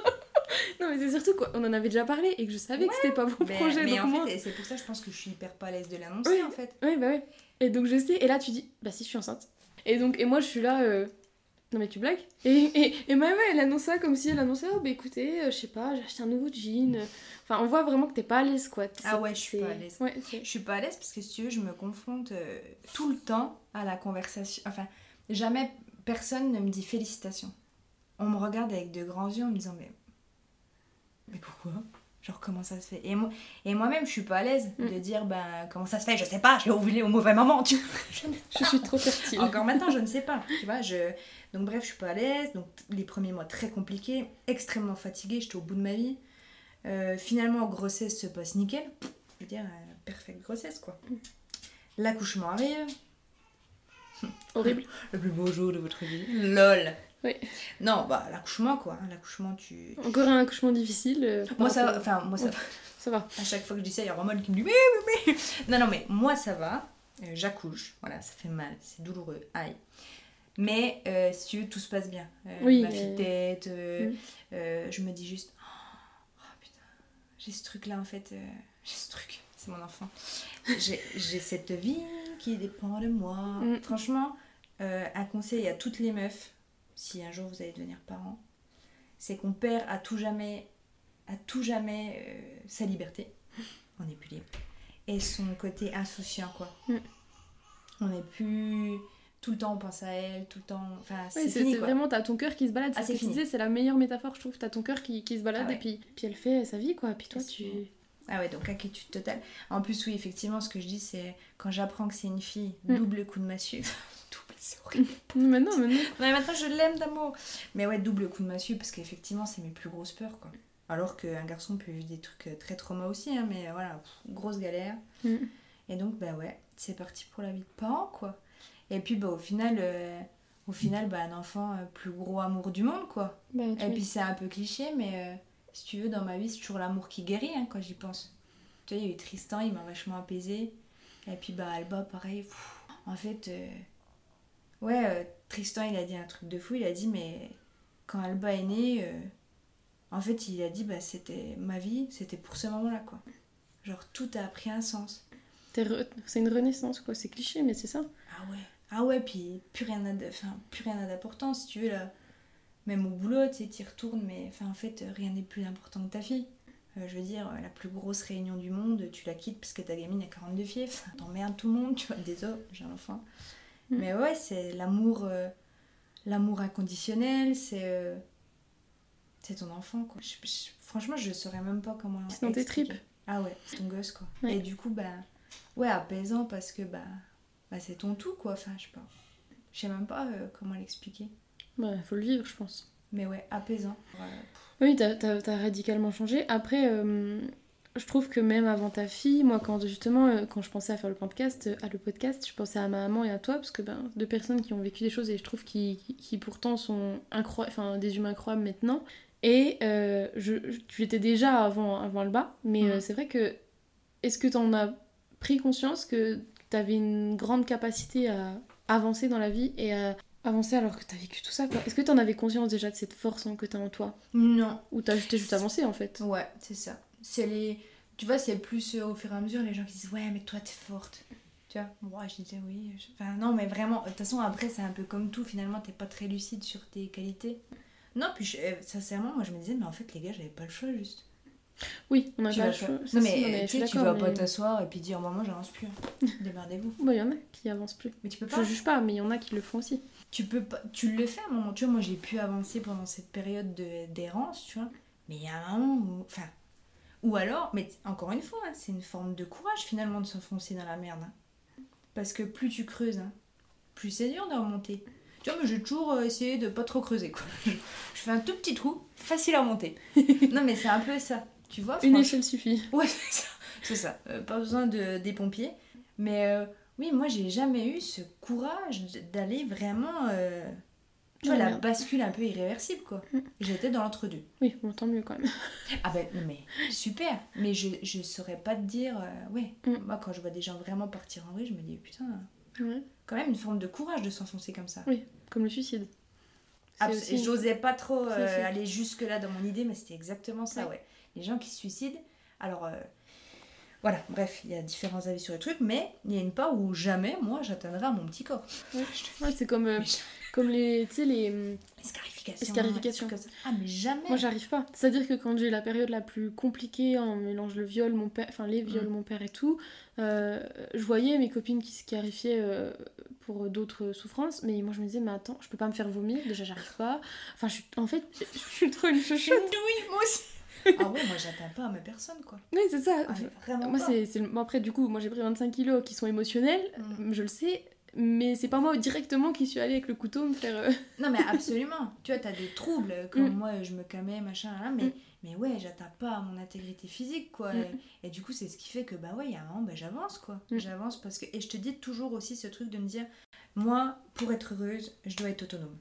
Speaker 1: Non mais c'est surtout quoi, on en avait déjà parlé et que je savais que c'était pas mon projet.
Speaker 2: Mais
Speaker 1: donc
Speaker 2: en fait, c'est pour ça que je pense que je suis hyper pas à l'aise de l'annoncer en fait.
Speaker 1: Oui, bah ouais. Et donc je sais, et là tu dis, bah si, je suis enceinte. Et moi je suis là, non mais tu blagues. Et Maëva elle annonce ça comme si elle annonçait, oh bah écoutez, je sais pas, j'ai acheté un nouveau jean. Enfin on voit vraiment que t'es pas à l'aise quoi.
Speaker 2: Ah ouais, je suis pas à l'aise.
Speaker 1: Ouais,
Speaker 2: je suis pas à l'aise parce que si tu veux, je me confronte tout le temps à la conversation. Enfin, jamais personne ne me dit félicitations. On me regarde avec de grands yeux en me disant mais pourquoi ? Genre comment ça se fait ? Et moi-même je suis pas à l'aise de dire comment ça se fait, je sais pas, j'ai ovulé au mauvais moment, tu vois.
Speaker 1: Je suis trop fertile.
Speaker 2: Encore maintenant je ne sais pas, tu vois, donc bref, je suis pas à l'aise, donc les premiers mois très compliqués, extrêmement fatiguée, j'étais au bout de ma vie. Finalement grossesse se passe nickel, je veux dire perfecte grossesse quoi. L'accouchement arrive.
Speaker 1: Horrible.
Speaker 2: Le plus beau jour de votre vie. LOL.
Speaker 1: Oui.
Speaker 2: Non, l'accouchement quoi. L'accouchement, tu...
Speaker 1: Encore un accouchement difficile.
Speaker 2: Moi ça va. Enfin, moi ça va.
Speaker 1: Ça va.
Speaker 2: À chaque fois que je dis ça, il y a Roman qui me dit mais. Non, mais moi ça va. J'accouche. Voilà, ça fait mal. C'est douloureux. Aïe. Mais si tu veux, tout se passe bien. Ma fille tête. Je me dis juste. Oh putain. J'ai ce truc là en fait. J'ai ce truc. C'est mon enfant. J'ai cette vie qui dépend de moi. Franchement, un conseil à toutes les meufs. Si un jour vous allez devenir parent, c'est qu'on perd à tout jamais sa liberté. On n'est plus libre. Et son côté insouciant, quoi. On n'est plus... Tout le temps, on pense à elle, tout le temps... Enfin, c'est fini, quoi.
Speaker 1: Vraiment, t'as ton cœur qui se balade.
Speaker 2: C'est fini.
Speaker 1: C'est la meilleure métaphore, je trouve. T'as ton cœur qui se balade et puis elle fait sa vie, quoi. Et puis toi, tu...
Speaker 2: Ah ouais, donc inquiétude totale. En plus, oui, effectivement, ce que je dis, c'est quand j'apprends que c'est une fille, double coup de massue. Double, C'est horrible.
Speaker 1: Mais non.
Speaker 2: Mais maintenant, je l'aime d'amour. Mais ouais, double coup de massue, parce qu'effectivement, c'est mes plus grosses peurs, quoi. Alors qu'un garçon peut vivre des trucs très traumas aussi, hein, mais voilà, grosse galère. Et donc, bah ouais, c'est parti pour la vie de parents, quoi. Et puis, bah, au final, bah, un enfant, plus gros amour du monde, quoi.
Speaker 1: Bah,
Speaker 2: Et puis, c'est un peu cliché, mais si tu veux, dans ma vie, c'est toujours l'amour qui guérit, hein, quand j'y pense. Tu vois, il y a eu Tristan, il m'a vachement apaisée. Et puis, bah, Alba, pareil. En fait, Tristan, il a dit un truc de fou. Il a dit, mais quand Alba est née, en fait, il a dit, bah, c'était ma vie, c'était pour ce moment-là, quoi. Genre, tout a pris un sens.
Speaker 1: C'est une renaissance, quoi. C'est cliché, mais c'est ça.
Speaker 2: Ah ouais, puis plus rien n'a d'importance, si tu veux, là. Même au boulot, tu sais, t'y retournes, mais en fait, rien n'est plus important que ta fille. Je veux dire, la plus grosse réunion du monde, tu la quittes parce que ta gamine a 42 fiefs. T'emmerdes tout le monde, tu vois, désolé, j'ai un enfant. Mais ouais, c'est l'amour inconditionnel, c'est ton enfant, quoi. Franchement, je saurais même pas comment
Speaker 1: c'est dans tes tripes.
Speaker 2: Ah ouais, c'est ton gosse, quoi. Ouais. Et du coup, bah, ouais, apaisant parce que, bah c'est ton tout, quoi. Enfin, je sais même pas comment l'expliquer.
Speaker 1: Ouais, faut le vivre, je pense.
Speaker 2: Mais ouais, apaisant. Voilà.
Speaker 1: Oui, t'as radicalement changé. Après, je trouve que même avant ta fille, moi, quand je pensais à faire le podcast, je pensais à ma maman et à toi, parce que deux personnes qui ont vécu des choses et je trouve qui pourtant sont des humains incroyables maintenant. Et tu étais déjà avant le bas, mais c'est vrai que est-ce que t'en as pris conscience que t'avais une grande capacité à avancer dans la vie et à avancer alors que t'as vécu tout ça, quoi. Est-ce que t'en avais conscience déjà de cette force que t'as en toi?
Speaker 2: Non.
Speaker 1: Ou t'as juste avancé, en fait?
Speaker 2: Ouais, c'est ça. Tu vois, c'est plus au fur et à mesure les gens qui disent ouais, mais toi t'es forte. Tu vois, moi je disais oui. Enfin, non, mais vraiment, de toute façon, après, c'est un peu comme tout. Finalement, t'es pas très lucide sur tes qualités. Non, puis sincèrement, moi je me disais, mais en fait, les gars, j'avais pas le choix, juste.
Speaker 1: Oui, on a pas le choix.
Speaker 2: Non, mais tu vas pas t'asseoir et puis dire, moi j'avance plus. Démerdez-vous.
Speaker 1: Bah, il y en a qui avancent plus.
Speaker 2: Mais tu peux pas.
Speaker 1: Je juge pas, mais il y en a qui le font aussi.
Speaker 2: Tu peux pas. Tu le fais à un moment. Tu vois, moi j'ai pu avancer pendant cette période d'errance, tu vois. Mais il y a un moment où. Enfin. Ou alors, mais encore une fois, hein, c'est une forme de courage finalement de s'enfoncer dans la merde. Hein. Parce que plus tu creuses, hein, plus c'est dur de remonter. Tu vois, moi j'ai toujours essayé de pas trop creuser, quoi. Je fais un tout petit trou, facile à remonter. Non, mais c'est un peu ça. Tu vois,
Speaker 1: une échelle suffit.
Speaker 2: Ouais, c'est ça. Pas besoin des pompiers. Mais oui, moi, j'ai jamais eu ce courage d'aller vraiment... tu vois, la bascule un peu irréversible, quoi. J'étais dans l'entre-deux.
Speaker 1: Oui, bon, tant mieux, quand même.
Speaker 2: Ah ben, non, mais super. Mais je saurais pas te dire... ouais, moi, quand je vois des gens vraiment partir en vrille, je me dis, putain... Quand même une forme de courage de s'enfoncer comme ça.
Speaker 1: Oui, comme le suicide.
Speaker 2: J'osais pas trop aller jusque-là dans mon idée, mais c'était exactement ça, ouais. Les gens qui se suicident, alors voilà, bref, il y a différents avis sur le truc, mais il y a une part où jamais, moi, j'atteindrai à mon petit corps.
Speaker 1: Ouais, c'est comme les, tu sais, les scarifications.
Speaker 2: Ah, mais jamais.
Speaker 1: Moi, j'arrive pas. C'est-à-dire que quand j'ai la période la plus compliquée, on mélange le viol, les viols, mon père et tout, je voyais mes copines qui se scarifiaient pour d'autres souffrances, mais moi je me disais, mais attends, je peux pas me faire vomir, déjà j'arrive pas. Enfin, je suis trop une chouchoute.
Speaker 2: Oui, moi aussi. Ah ouais, moi j'atteins pas à ma personne, quoi.
Speaker 1: Oui, c'est ça.
Speaker 2: Ah, vraiment
Speaker 1: moi,
Speaker 2: pas.
Speaker 1: Après, du coup, moi j'ai pris 25 kilos qui sont émotionnels, je le sais, mais c'est pas moi directement qui suis allée avec le couteau me faire...
Speaker 2: Non, mais absolument. Tu vois, t'as des troubles, comme moi je me camais, machin, là, mais ouais, j'atteins pas à mon intégrité physique, quoi. Et du coup, c'est ce qui fait que, bah ouais, il y a un moment, bah, j'avance, quoi. J'avance parce que... Et je te dis toujours aussi ce truc de me dire, moi, pour être heureuse, je dois être autonome.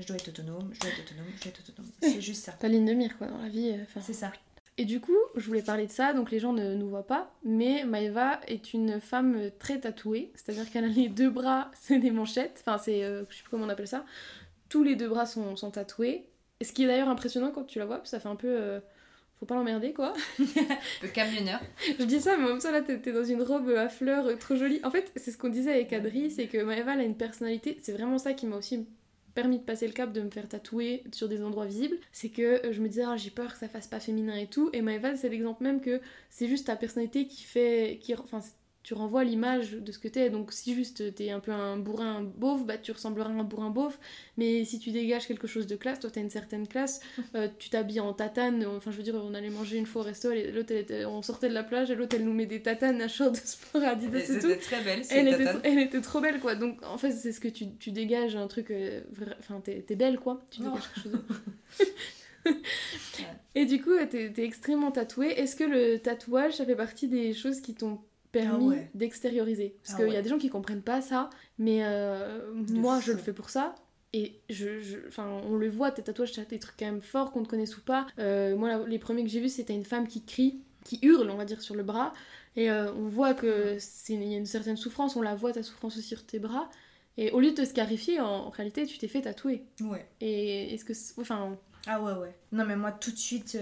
Speaker 2: C'est juste ça.
Speaker 1: Ta ligne de mire, quoi, dans la vie.
Speaker 2: C'est ça.
Speaker 1: Et du coup, je voulais parler de ça, donc les gens ne nous voient pas, mais Maëva est une femme très tatouée, c'est-à-dire qu'elle a les 2 bras, c'est des manchettes, enfin c'est, je sais plus comment on appelle ça, tous les 2 bras sont tatoués, et ce qui est d'ailleurs impressionnant quand tu la vois, parce que ça fait un peu... faut pas l'emmerder, quoi.
Speaker 2: Un peu camionneur.
Speaker 1: Je dis ça, mais en même temps, là, t'es dans une robe à fleurs trop jolie. En fait, c'est ce qu'on disait avec Adri, c'est que Maëva, elle a une personnalité, c'est vraiment ça qui m'a aussi permis de passer le cap de me faire tatouer sur des endroits visibles, c'est que je me disais j'ai peur que ça fasse pas féminin et tout, et Maëva c'est l'exemple même que c'est juste ta personnalité tu renvoies l'image de ce que t'es. Donc si juste t'es un peu un bourrin beauf, bah tu ressembleras à un bourrin beauf. Mais si tu dégages quelque chose de classe, toi t'as une certaine classe, tu t'habilles en tatane. Enfin je veux dire, on allait manger une fois au resto, et l'autre on sortait de la plage et l'autre elle nous met des tatanes à short de sport à Adidas et tout.
Speaker 2: C'était très belle,
Speaker 1: elle était trop belle quoi. Donc en fait c'est ce que tu dégages un truc, enfin t'es belle quoi. Tu dégages quelque chose de... Et du coup t'es extrêmement tatouée. Est-ce que le tatouage ça fait partie des choses qui t'ont permis d'extérioriser? Parce qu'il y a des gens qui comprennent pas ça, mais moi je le fais pour ça. Et on le voit, tes tatouages, t'as des trucs quand même forts qu'on te connaisse ou pas. Moi, les premiers que j'ai vus, c'était une femme qui crie, qui hurle, on va dire, sur le bras. Et on voit que il y a une certaine souffrance, on la voit, ta souffrance aussi sur tes bras. Et au lieu de te scarifier, en réalité, tu t'es fait tatouer.
Speaker 2: Ouais.
Speaker 1: Et est-ce que... Enfin...
Speaker 2: Ah ouais. Non, mais moi, tout de suite,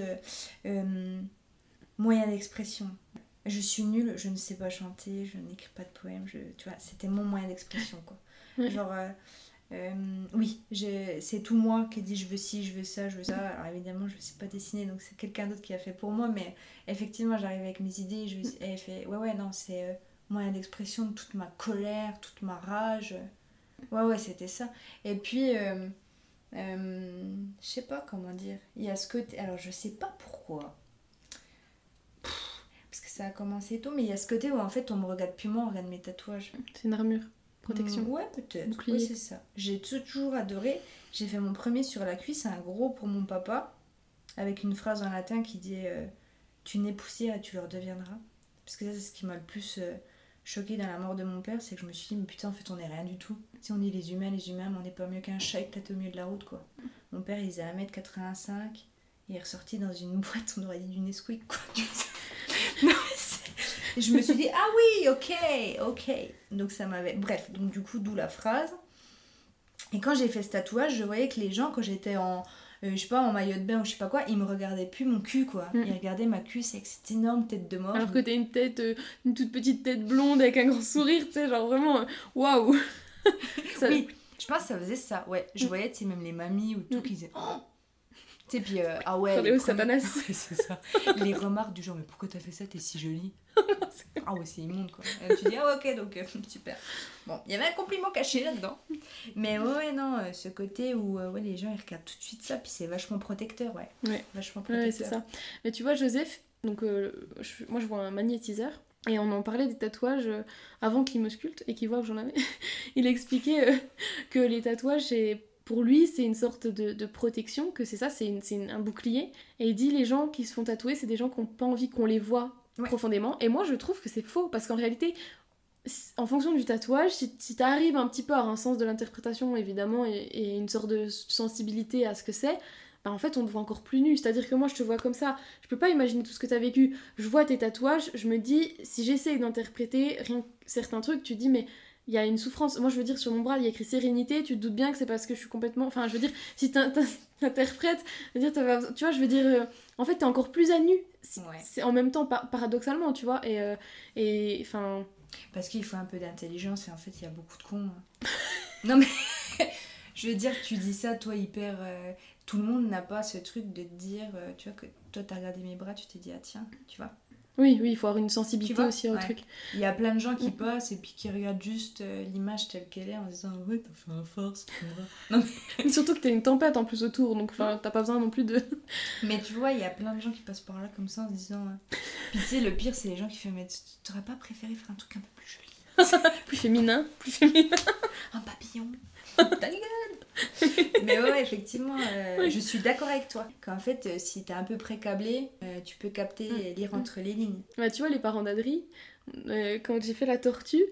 Speaker 2: moyen d'expression. Je suis nulle, je ne sais pas chanter, je n'écris pas de poèmes, tu vois, c'était mon moyen d'expression, quoi. Ouais. Genre, oui, c'est tout moi qui dit je veux ci, je veux ça, je veux ça. Alors évidemment, je ne sais pas dessiner, donc c'est quelqu'un d'autre qui a fait pour moi, mais effectivement, j'arrive avec mes idées, elle fait, ouais, non, c'est moyen d'expression de toute ma colère, toute ma rage. Ouais, c'était ça. Et puis, je sais pas comment dire, il y a ce côté, alors je sais pas pourquoi. Parce que ça a commencé tôt, mais il y a ce côté où en fait on me regarde plus moi, on regarde mes tatouages.
Speaker 1: C'est une armure, protection.
Speaker 2: Ouais, peut-être. Oui, c'est ça. J'ai toujours adoré. J'ai fait mon premier sur la cuisse, un gros pour mon papa, avec une phrase en latin qui dit tu n'es poussière et tu le redeviendras. Parce que ça, c'est ce qui m'a le plus choqué dans la mort de mon père, c'est que je me suis dit, mais putain, en fait, on n'est rien du tout. Si on dit les humains, mais on n'est pas mieux qu'un chat éclaté au milieu de la route, quoi. Mon père, il faisait 1m85, il est ressorti dans une boîte, on aurait dit du Nesquik, quoi. Non, et je me suis dit, ah oui, ok. Donc ça m'avait... Bref, donc du coup, d'où la phrase. Et quand j'ai fait ce tatouage, je voyais que les gens, quand j'étais en, je sais pas, en maillot de bain ou je sais pas quoi, ils me regardaient plus mon cul, quoi. Ils regardaient ma cuisse avec cette énorme tête de mort.
Speaker 1: Alors que t'as une toute petite tête blonde avec un grand sourire, tu sais, genre vraiment, waouh.
Speaker 2: Oui, je pense que ça faisait ça, ouais. Je voyais, tu sais, même les mamies ou tout, qui disaient, oh. Tu sais, puis, ah ouais,
Speaker 1: les Satanas.
Speaker 2: Ouais, c'est ça. Les remarques du genre, mais pourquoi t'as fait ça, t'es si jolie. Ah ouais, c'est immonde, quoi. Et tu dis, ah ok, donc super. Bon, il y avait un compliment caché là-dedans. Mais ouais, non, ce côté où les gens ils regardent tout de suite ça, puis c'est vachement protecteur, ouais. Vachement protecteur.
Speaker 1: Ouais, c'est ça. Mais tu vois, Joseph, donc moi je vois un magnétiseur. Et on en parlait des tatouages avant qu'il me sculpte et qu'il voit que j'en avais. Il expliquait que les tatouages, pour lui, c'est une sorte de protection, que c'est ça, c'est un bouclier. Et il dit, les gens qui se font tatouer, c'est des gens qui n'ont pas envie qu'on les voit profondément. Et moi, je trouve que c'est faux, parce qu'en réalité, en fonction du tatouage, si t'arrives un petit peu à un sens de l'interprétation, évidemment, et une sorte de sensibilité à ce que c'est, bah en fait, on te voit encore plus nu. C'est-à-dire que moi, je te vois comme ça. Je peux pas imaginer tout ce que t'as vécu. Je vois tes tatouages, je me dis, si j'essaye d'interpréter certains trucs, tu te dis, mais... il y a une souffrance. Moi, je veux dire, sur mon bras, il y a écrit sérénité. Tu te doutes bien que c'est parce que je suis complètement... Enfin, je veux dire, si t'interprètes... tu vois, je veux dire... en fait, t'es encore plus à nu. C'est en même temps, paradoxalement, tu vois. Et enfin...
Speaker 2: Parce qu'il faut un peu d'intelligence. Et en fait, il y a beaucoup de cons. Non, mais... je veux dire, tu dis ça, toi, hyper... tout le monde n'a pas ce truc de te dire... tu vois, que toi, t'as regardé mes bras, tu t'es dit, ah tiens, tu vois.
Speaker 1: Oui, il faut avoir une sensibilité aussi au truc.
Speaker 2: Il y a plein de gens qui passent et puis qui regardent juste l'image telle qu'elle est en se disant ouais, t'as fait un force. Non,
Speaker 1: mais... surtout que t'as une tempête en plus autour, donc t'as pas besoin non plus de...
Speaker 2: Mais tu vois, il y a plein de gens qui passent par là comme ça en se disant... Puis tu sais, le pire, c'est les gens qui font mais t'aurais pas préféré faire un truc un peu plus joli.
Speaker 1: plus féminin.
Speaker 2: Un papillon. Ta gueule. Mais ouais, effectivement, je suis d'accord avec toi. Qu'en fait, si t'es un peu pré-câblé, tu peux capter et lire entre les lignes.
Speaker 1: Bah, tu vois, les parents d'Adri, quand j'ai fait la tortue,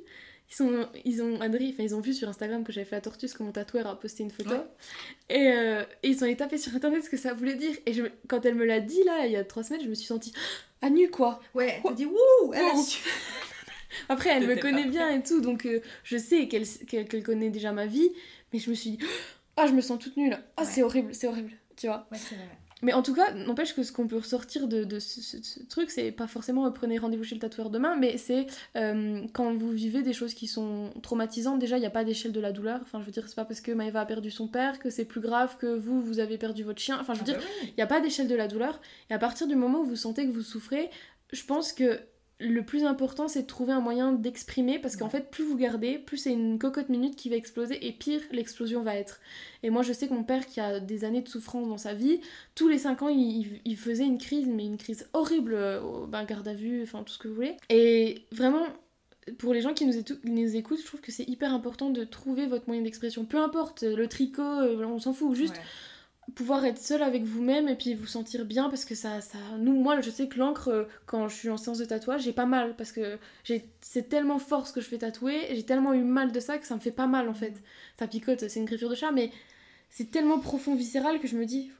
Speaker 1: ils ont vu sur Instagram que j'avais fait la tortue, parce que mon tatoueur a posté une photo. Ouais. Et ils sont allés taper sur internet ce que ça voulait dire. Et quand elle me l'a dit, là, il y a 3 semaines, je me suis sentie à nu, quoi.
Speaker 2: Ouais, t'as dit wouh, elle a su.
Speaker 1: Après, elle me connaît bien et tout, donc je sais qu'elle connaît déjà ma vie, mais je me suis dit, ah, je me sens toute nulle. Ah, c'est horrible, tu vois.
Speaker 2: Ouais, c'est vrai.
Speaker 1: Mais en tout cas, n'empêche que ce qu'on peut ressortir de ce truc, c'est pas forcément prenez rendez-vous chez le tatoueur demain, mais c'est quand vous vivez des choses qui sont traumatisantes, déjà, il n'y a pas d'échelle de la douleur. Enfin, je veux dire, c'est pas parce que Maëva a perdu son père que c'est plus grave que vous avez perdu votre chien. Enfin, je veux dire, il n'y a pas d'échelle de la douleur. Et à partir du moment où vous sentez que vous souffrez, je pense que le plus important, c'est de trouver un moyen d'exprimer, parce qu'en fait, plus vous gardez, plus c'est une cocotte minute qui va exploser, et pire, l'explosion va être. Et moi, je sais que mon père, qui a des années de souffrance dans sa vie, tous les 5 ans, il faisait une crise, mais une crise horrible, garde à vue, enfin, tout ce que vous voulez. Et vraiment, pour les gens qui nous écoutent, je trouve que c'est hyper important de trouver votre moyen d'expression. Peu importe, le tricot, on s'en fout, juste... pouvoir être seul avec vous-même et puis vous sentir bien, parce que moi je sais que l'encre, quand je suis en séance de tatouage, j'ai pas mal parce que c'est tellement fort ce que je fais tatouer, j'ai tellement eu mal de ça que ça me fait pas mal en fait. Ça picote, c'est une griffure de chat, mais c'est tellement profond, viscéral, que je me dis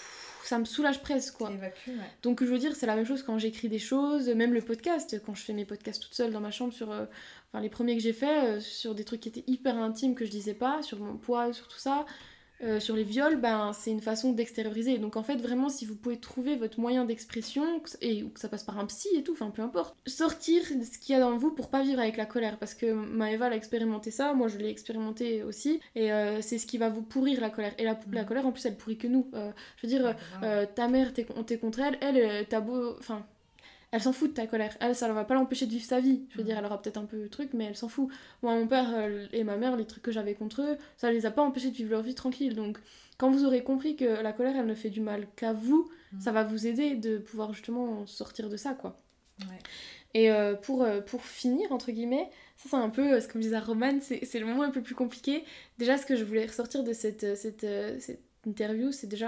Speaker 1: ça me soulage presque quoi. Donc je veux dire, c'est la même chose quand j'écris des choses, même le podcast, quand je fais mes podcasts toute seule dans ma chambre sur les premiers que j'ai fait, sur des trucs qui étaient hyper intimes que je disais pas, sur mon poids, sur tout ça. Sur les viols, c'est une façon d'extérioriser. Donc en fait, vraiment, si vous pouvez trouver votre moyen d'expression, ou que ça passe par un psy et tout, enfin peu importe, sortir ce qu'il y a dans vous pour pas vivre avec la colère. Parce que Maëva a expérimenté ça, moi je l'ai expérimenté aussi, et c'est ce qui va vous pourrir la colère. Et la colère, en plus, elle pourrit que nous. Je veux dire, ta mère, t'es contre elle, t'as beau... Enfin... Elle s'en fout de ta colère. Elle, ça ne va pas l'empêcher de vivre sa vie. Je veux dire, elle aura peut-être un peu de trucs, mais elle s'en fout. Moi, mon père et ma mère, les trucs que j'avais contre eux, ça les a pas empêchés de vivre leur vie tranquille. Donc, quand vous aurez compris que la colère, elle ne fait du mal qu'à vous, ça va vous aider de pouvoir justement sortir de ça, quoi. Ouais. Et pour finir, entre guillemets, ça c'est un peu, comme disait Romane, c'est le moment un peu plus compliqué. Déjà, ce que je voulais ressortir de cette interview, c'est déjà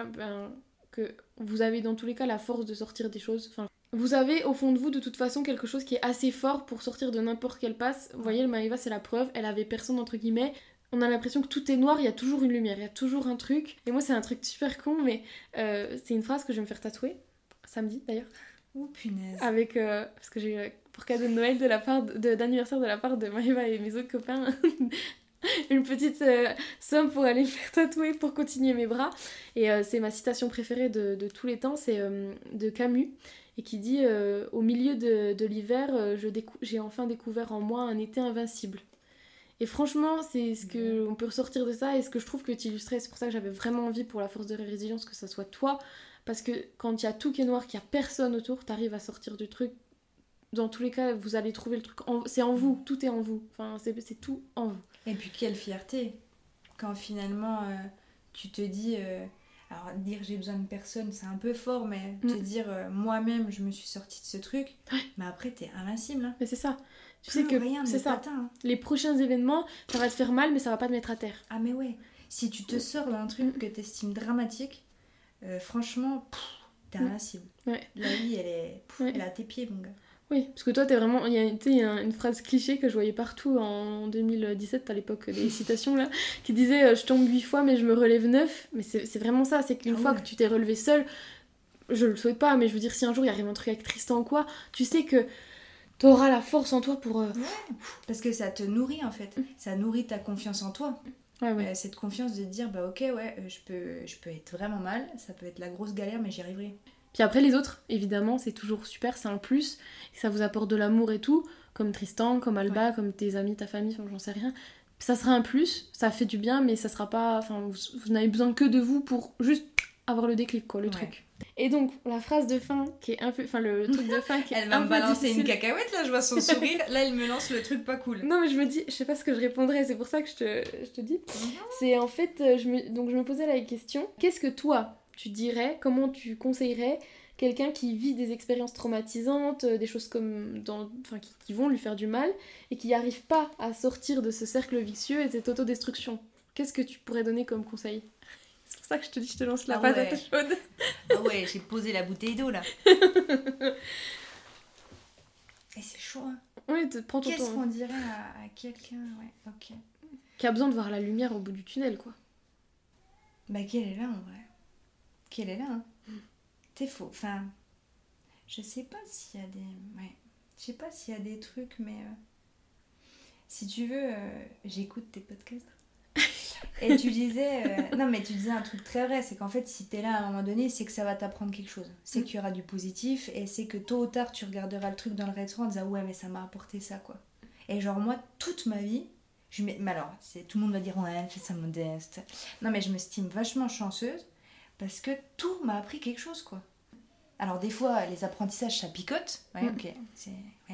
Speaker 1: que vous avez dans tous les cas la force de sortir des choses. Enfin, vous avez au fond de vous de toute façon quelque chose qui est assez fort pour sortir de n'importe quelle passe. Vous voyez, le Maëva, c'est la preuve, elle avait personne entre guillemets. On a l'impression que tout est noir, il y a toujours une lumière, il y a toujours un truc. Et moi, c'est un truc super con, mais c'est une phrase que je vais me faire tatouer, samedi d'ailleurs.
Speaker 2: Oh punaise.
Speaker 1: Avec, parce que j'ai eu pour cadeau de Noël d'anniversaire de la part de Maëva et mes autres copains une petite somme pour aller me faire tatouer pour continuer mes bras. Et c'est ma citation préférée de tous les temps, c'est de Camus. Et qui dit au milieu de l'hiver, j'ai enfin découvert en moi un été invincible. Et franchement, c'est ce qu'on peut ressortir de ça, et ce que je trouve que tu illustrais, c'est pour ça que j'avais vraiment envie pour la force de résilience que ça soit toi, parce que quand il y a tout qui est noir, qu'il n'y a personne autour, t'arrives à sortir du truc. Dans tous les cas, vous allez trouver le truc, c'est en vous, tout est en vous, enfin c'est tout en vous.
Speaker 2: Et puis quelle fierté quand finalement tu te dis... Alors, dire j'ai besoin de personne, c'est un peu fort, mais te dire moi-même, je me suis sortie de ce truc, mais après, t'es invincible. Hein.
Speaker 1: Mais c'est ça. Tu
Speaker 2: sais
Speaker 1: que
Speaker 2: rien
Speaker 1: c'est ça.
Speaker 2: Patin, hein.
Speaker 1: Les prochains événements, ça va te faire mal, mais ça va pas te mettre à terre.
Speaker 2: Ah, mais ouais. Si tu te sors d'un truc que t'estimes dramatique, franchement, t'es invincible.
Speaker 1: Ouais.
Speaker 2: La vie, elle est à tes pieds, mon gars.
Speaker 1: Oui, parce que toi, t'es vraiment... Il y a une phrase cliché que je voyais partout en 2017, à l'époque des citations, là, qui disait « Je tombe 8 fois, mais je me relève 9 ». Mais c'est vraiment ça, c'est qu'une fois que tu t'es relevé seule, je le souhaite pas, mais je veux dire, si un jour il arrive un truc avec Tristan ou quoi, tu sais que t'auras la force en toi pour... Ouais,
Speaker 2: parce que ça te nourrit, en fait. Ça nourrit ta confiance en toi.
Speaker 1: Ouais.
Speaker 2: Cette confiance de te dire, ok, je peux être vraiment mal, ça peut être la grosse galère, mais j'y arriverai.
Speaker 1: Puis après les autres, évidemment, c'est toujours super, c'est un plus, ça vous apporte de l'amour et tout, comme Tristan, comme Alba, comme tes amis, ta famille, enfin, j'en sais rien. Ça sera un plus, ça fait du bien, mais ça sera pas... Enfin, vous n'avez besoin que de vous pour juste avoir le déclic, quoi, le truc. Et donc, la phrase de fin qui est un peu... Enfin, le truc de fin qui est
Speaker 2: elle va
Speaker 1: un
Speaker 2: me
Speaker 1: peu
Speaker 2: balancer
Speaker 1: difficile.
Speaker 2: une cacahuète, là, je vois son sourire. Là, elle me lance le truc pas cool.
Speaker 1: Non, mais je me dis, je sais pas ce que je répondrais, c'est pour ça que je te dis. C'est en fait, donc je me posais la question, qu'est-ce que toi, tu dirais, comment tu conseillerais quelqu'un qui vit des expériences traumatisantes, des choses comme qui vont lui faire du mal, et qui n'arrive pas à sortir de ce cercle vicieux et de cette autodestruction. Qu'est-ce que tu pourrais donner comme conseil ? C'est pour ça que je te dis, je te lance la patate chaude.
Speaker 2: Ah ouais, j'ai posé la bouteille d'eau là. Et c'est chaud, hein.
Speaker 1: Oui, prends ton temps.
Speaker 2: Qu'est-ce qu'on dirait à quelqu'un, ok.
Speaker 1: Qui a besoin de voir la lumière au bout du tunnel, quoi.
Speaker 2: Bah, qu'elle est là, en vrai. Qu'elle est là, hein. C'est faux. Enfin, je sais pas s'il y a des... Ouais. Je sais pas s'il y a des trucs, mais... si tu veux, j'écoute tes podcasts. Et tu disais... non, mais tu disais un truc très vrai, c'est qu'en fait, si t'es là à un moment donné, c'est que ça va t'apprendre quelque chose. C'est qu'il y aura du positif, et c'est que tôt ou tard, tu regarderas le truc dans le rétro en disant « Ouais, mais ça m'a apporté ça, quoi. » Et genre, moi, toute ma vie... Mais alors, tout le monde va dire « Ouais, elle fait ça modeste. » Non, mais je m'estime vachement chanceuse, parce que tout m'a appris quelque chose, quoi. Alors, des fois, les apprentissages, ça picote. Ouais, ok.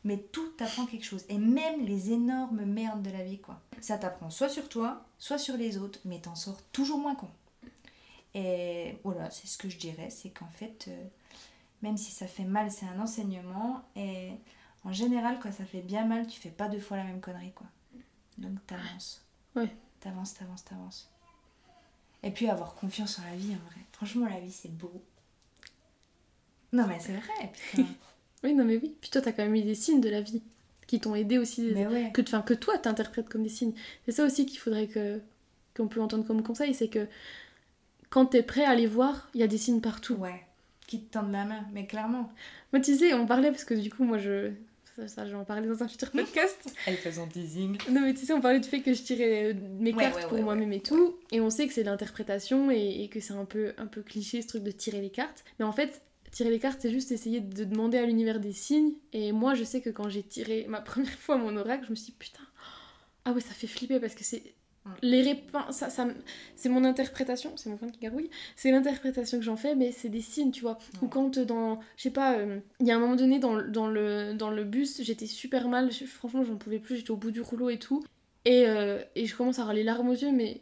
Speaker 2: Mais tout t'apprend quelque chose. Et même les énormes merdes de la vie, quoi. Ça t'apprend soit sur toi, soit sur les autres, mais t'en sors toujours moins con. Et voilà, c'est ce que je dirais, c'est qu'en fait, même si ça fait mal, c'est un enseignement. Et en général, quand ça fait bien mal, tu fais pas 2 fois la même connerie, quoi. Donc t'avances.
Speaker 1: Ouais.
Speaker 2: T'avances. Et puis avoir confiance en la vie, en vrai. Franchement, la vie, c'est beau. Non, mais c'est vrai, putain.
Speaker 1: Oui, non, mais oui. Puis toi, t'as quand même eu des signes de la vie qui t'ont aidé aussi.
Speaker 2: Mais ouais.
Speaker 1: Que toi, t'interprètes comme des signes. C'est ça aussi qu'il faudrait qu'on peut entendre comme conseil, c'est que quand t'es prêt à les voir, il y a des signes partout.
Speaker 2: Ouais, qui te tendent la main, mais clairement.
Speaker 1: Moi, tu sais, on parlait, parce que du coup, moi, ça, je vais en parler dans un futur podcast.
Speaker 2: Elle fait son teasing.
Speaker 1: Non, mais tu sais, on parlait du fait que je tirais mes cartes pour moi-même et tout.
Speaker 2: Ouais.
Speaker 1: Et on sait que c'est de l'interprétation et que c'est un peu cliché, ce truc de tirer les cartes. Mais en fait, tirer les cartes, c'est juste essayer de demander à l'univers des signes. Et moi, je sais que quand j'ai tiré ma première fois mon oracle, je me suis dit, putain, ah ouais, ça fait flipper parce que c'est... c'est mon interprétation, c'est mon frère qui garouille, c'est l'interprétation que j'en fais, mais c'est des signes, tu vois. Ou quand je sais pas, il y a un moment donné dans le bus, j'étais super mal, franchement j'en pouvais plus, j'étais au bout du rouleau et tout, et je commence à avoir les larmes aux yeux, mais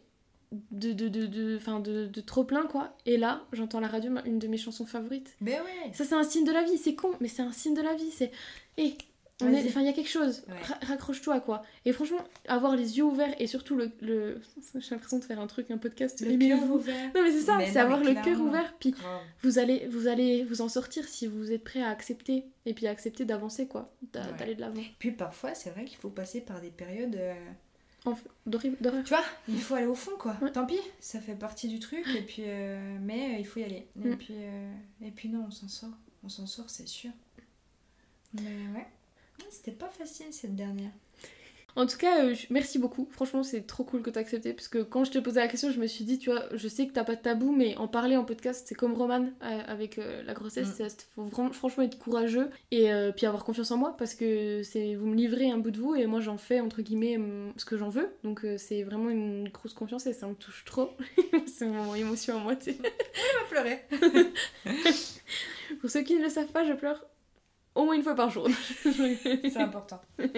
Speaker 1: de trop plein, quoi. Et là, j'entends la radio, une de mes chansons favorites.
Speaker 2: Mais ouais.
Speaker 1: Ça, c'est un signe de la vie, c'est con, mais c'est un signe de la vie, c'est... il y a quelque chose, raccroche-toi, quoi. Et franchement, avoir les yeux ouverts et surtout j'ai l'impression de faire un truc, un podcast.
Speaker 2: Le cœur ouvert.
Speaker 1: Non, mais c'est ça, c'est avoir le cœur ouvert. Puis vous allez vous en sortir si vous êtes prêt à accepter. Et puis à accepter d'avancer, quoi. D'aller de l'avant.
Speaker 2: Puis parfois, c'est vrai qu'il faut passer par des périodes...
Speaker 1: d'horreur.
Speaker 2: Tu vois, il faut aller au fond, quoi. Ouais. Tant pis, ça fait partie du truc. Et puis, mais il faut y aller. Et puis non, on s'en sort, c'est sûr. Mais ouais. C'était pas facile cette dernière.
Speaker 1: En tout cas, merci beaucoup. Franchement, c'est trop cool que t'as accepté. Parce que quand je te posais la question, je me suis dit, tu vois, je sais que t'as pas de tabou, mais en parler en podcast, c'est comme Roman avec la grossesse. Il faut franchement être courageux et puis avoir confiance en moi. Parce que vous me livrez un bout de vous et moi, j'en fais, entre guillemets, ce que j'en veux. Donc, c'est vraiment une grosse confiance et ça me touche trop. C'est mon émotion à moi, tu sais.
Speaker 2: Elle va pleurer.
Speaker 1: Pour ceux qui ne le savent pas, je pleure au moins 1 fois par jour.
Speaker 2: C'est important.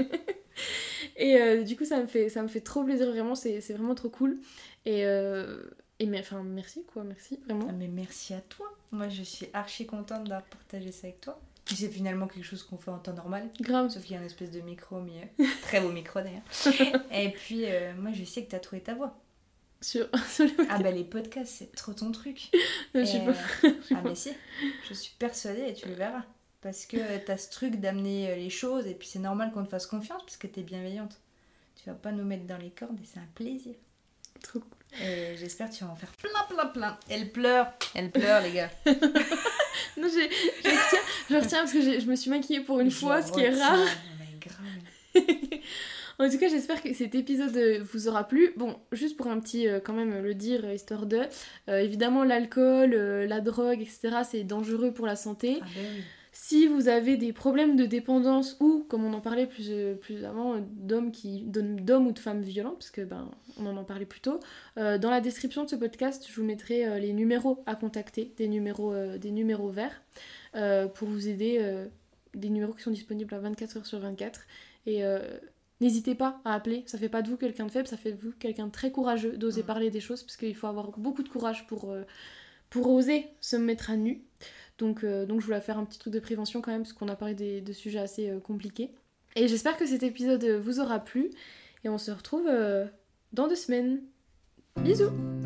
Speaker 1: Et du coup, ça me fait trop plaisir, vraiment, c'est vraiment trop cool. Merci, quoi, merci, vraiment.
Speaker 2: Ah, mais merci à toi. Moi, je suis archi contente d'avoir partagé ça avec toi. Puis c'est finalement quelque chose qu'on fait en temps normal.
Speaker 1: Grave.
Speaker 2: Sauf qu'il y a une espèce de micro au milieu. Très beau micro, d'ailleurs. Et puis, moi, je sais que t'as trouvé ta voix.
Speaker 1: Sur les podcasts.
Speaker 2: Ah bah les podcasts, c'est trop ton truc.
Speaker 1: Je sais pas.
Speaker 2: Ah mais si, je suis persuadée et tu le verras. Parce que t'as ce truc d'amener les choses et puis c'est normal qu'on te fasse confiance parce que t'es bienveillante. Tu vas pas nous mettre dans les cordes et c'est un plaisir.
Speaker 1: Trop cool.
Speaker 2: Et j'espère que tu vas en faire plein. Elle pleure, les gars.
Speaker 1: Non, je retiens parce que je me suis maquillée pour une fois, ce qui est rare.
Speaker 2: Mais grave.
Speaker 1: En tout cas, j'espère que cet épisode vous aura plu. Bon, juste pour un petit, quand même, le dire, histoire de... évidemment, l'alcool, la drogue, etc., c'est dangereux pour la santé.
Speaker 2: Ah ben oui.
Speaker 1: Si vous avez des problèmes de dépendance ou, comme on en parlait plus avant, d'hommes ou de femmes violents, parce que on en parlait plus tôt, dans la description de ce podcast, je vous mettrai les numéros à contacter, des numéros verts, pour vous aider, des numéros qui sont disponibles à 24 heures sur 24. Et n'hésitez pas à appeler, ça fait pas de vous quelqu'un de faible, ça fait de vous quelqu'un de très courageux d'oser parler des choses, parce qu'il faut avoir beaucoup de courage pour oser se mettre à nu. Donc je voulais faire un petit truc de prévention quand même, parce qu'on a parlé de sujets assez compliqués. Et j'espère que cet épisode vous aura plu. Et on se retrouve dans 2 semaines. Bisous!